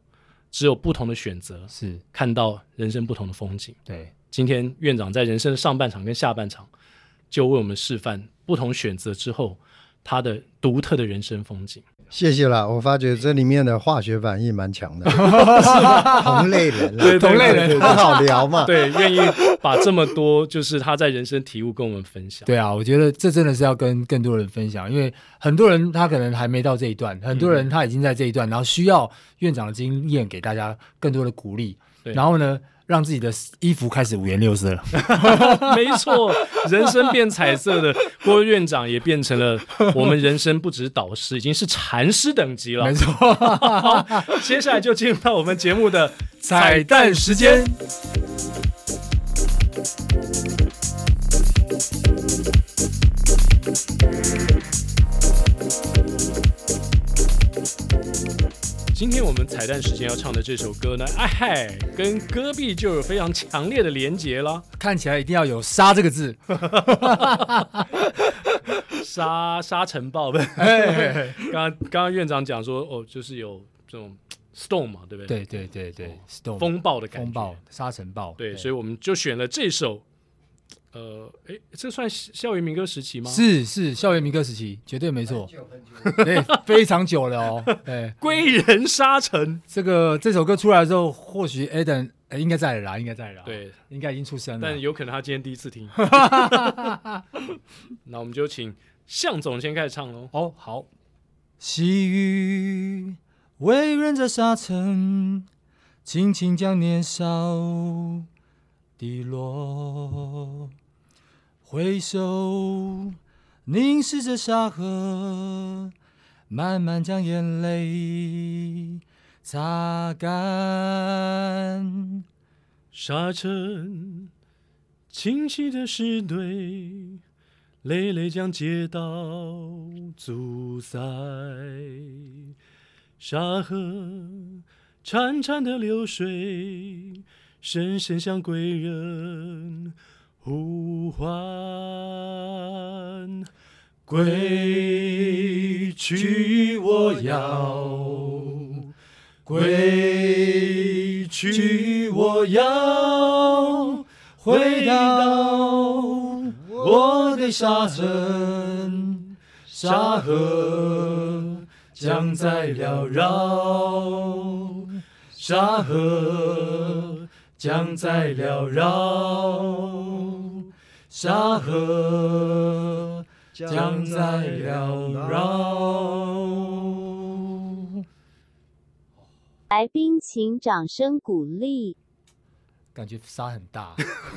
只有不同的选择， 是看到人生不同的风景。 对， 今天院长在人生的上半场跟下半场，就为我们示范不同选择之后他的独特的人生风景。 谢谢啦，我发觉这里面的化学反应蛮强的，同类人啦， 对同类人很好聊嘛。 对，愿意把这么多就是他在人生体悟跟我们分享。 对啊，我觉得这真的是要跟更多人分享，因为很多人他可能还没到这一段，很多人他已经在这一段，然后需要院长的经验给大家更多的鼓励，然后呢让自己的衣服开始五颜六色了。 没错，人生变彩色的郭院长也变成了我们人生不只是导师，已经是禅师等级了。 没错。 好，接下来就进入到我们节目的彩蛋时间。 今天我们彩蛋时间要唱的这首歌呢，哎嗨，跟戈壁就有非常强烈的连结了。 看起来一定要有沙这个字。 沙沙尘暴呗。刚刚刚刚院长讲说，哦，就是有这种 storm 嘛，对不对？ 对对对对 ，storm 风暴的感觉， 风暴沙尘暴。 对，所以我们就选了这首。呃，哎，这算校园民歌时期吗？ 是是，校园民歌时期，绝对没错。对，非常久了哦。对， 归人沙尘。 这个这首歌出来的时候，或许 Adam 应该在了啦，应该在了啦。 对， 应该已经出生了。 但有可能他今天第一次听。那我们就请向总先开始唱喽。 哦，好。细雨微润着沙尘，轻轻将年少滴落，回首凝视着沙河，慢慢将眼泪擦干。 沙尘清晰的石堆，累累将街道阻塞。沙河潺潺的流水，深深向归人呼唤。归去我要，归去我要，回到我的沙尘，沙河将在缭绕，沙河将在缭绕，沙河将在缭绕。 来宾请掌声鼓励。 感觉沙很大。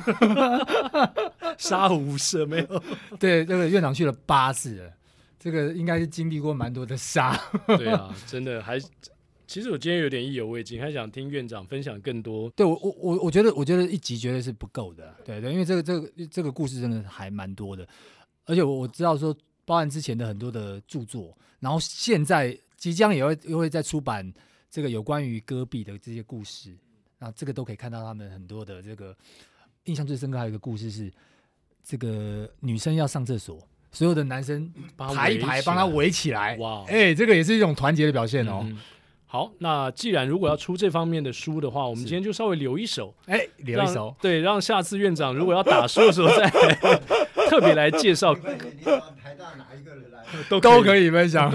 沙无赦没有？ 对，这个院长去了八次了，这个应该是经历过蛮多的沙。 对啊，真的还。其实我今天有点意犹未尽，还想听院长分享更多。 对我我我我觉得我觉得一集绝对是不够的，对对，因为这个这个这个故事真的还蛮多的，而且我我知道说，包含之前的很多的著作，然后现在即将也会也会再出版这个有关于戈壁的这些故事，然后这个都可以看到他们很多的这个印象最深刻。还有一个故事是，这个女生要上厕所，所有的男生排一排帮她围起来，哇，哎，这个也是一种团结的表现哦。嗯， 好，那既然如果要出这方面的书的话，我们今天就稍微留一手， 哎，留一手， 对，让下次院长如果要打书的时候再特别来介绍。 台大哪一个人来都可以都可以分享。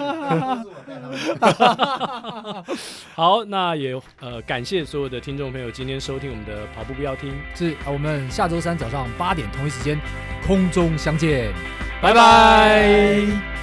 好，那也呃感谢所有的听众朋友今天收听我们的跑步不要听， 是我们下周三早上八点同一时间空中相见，拜拜。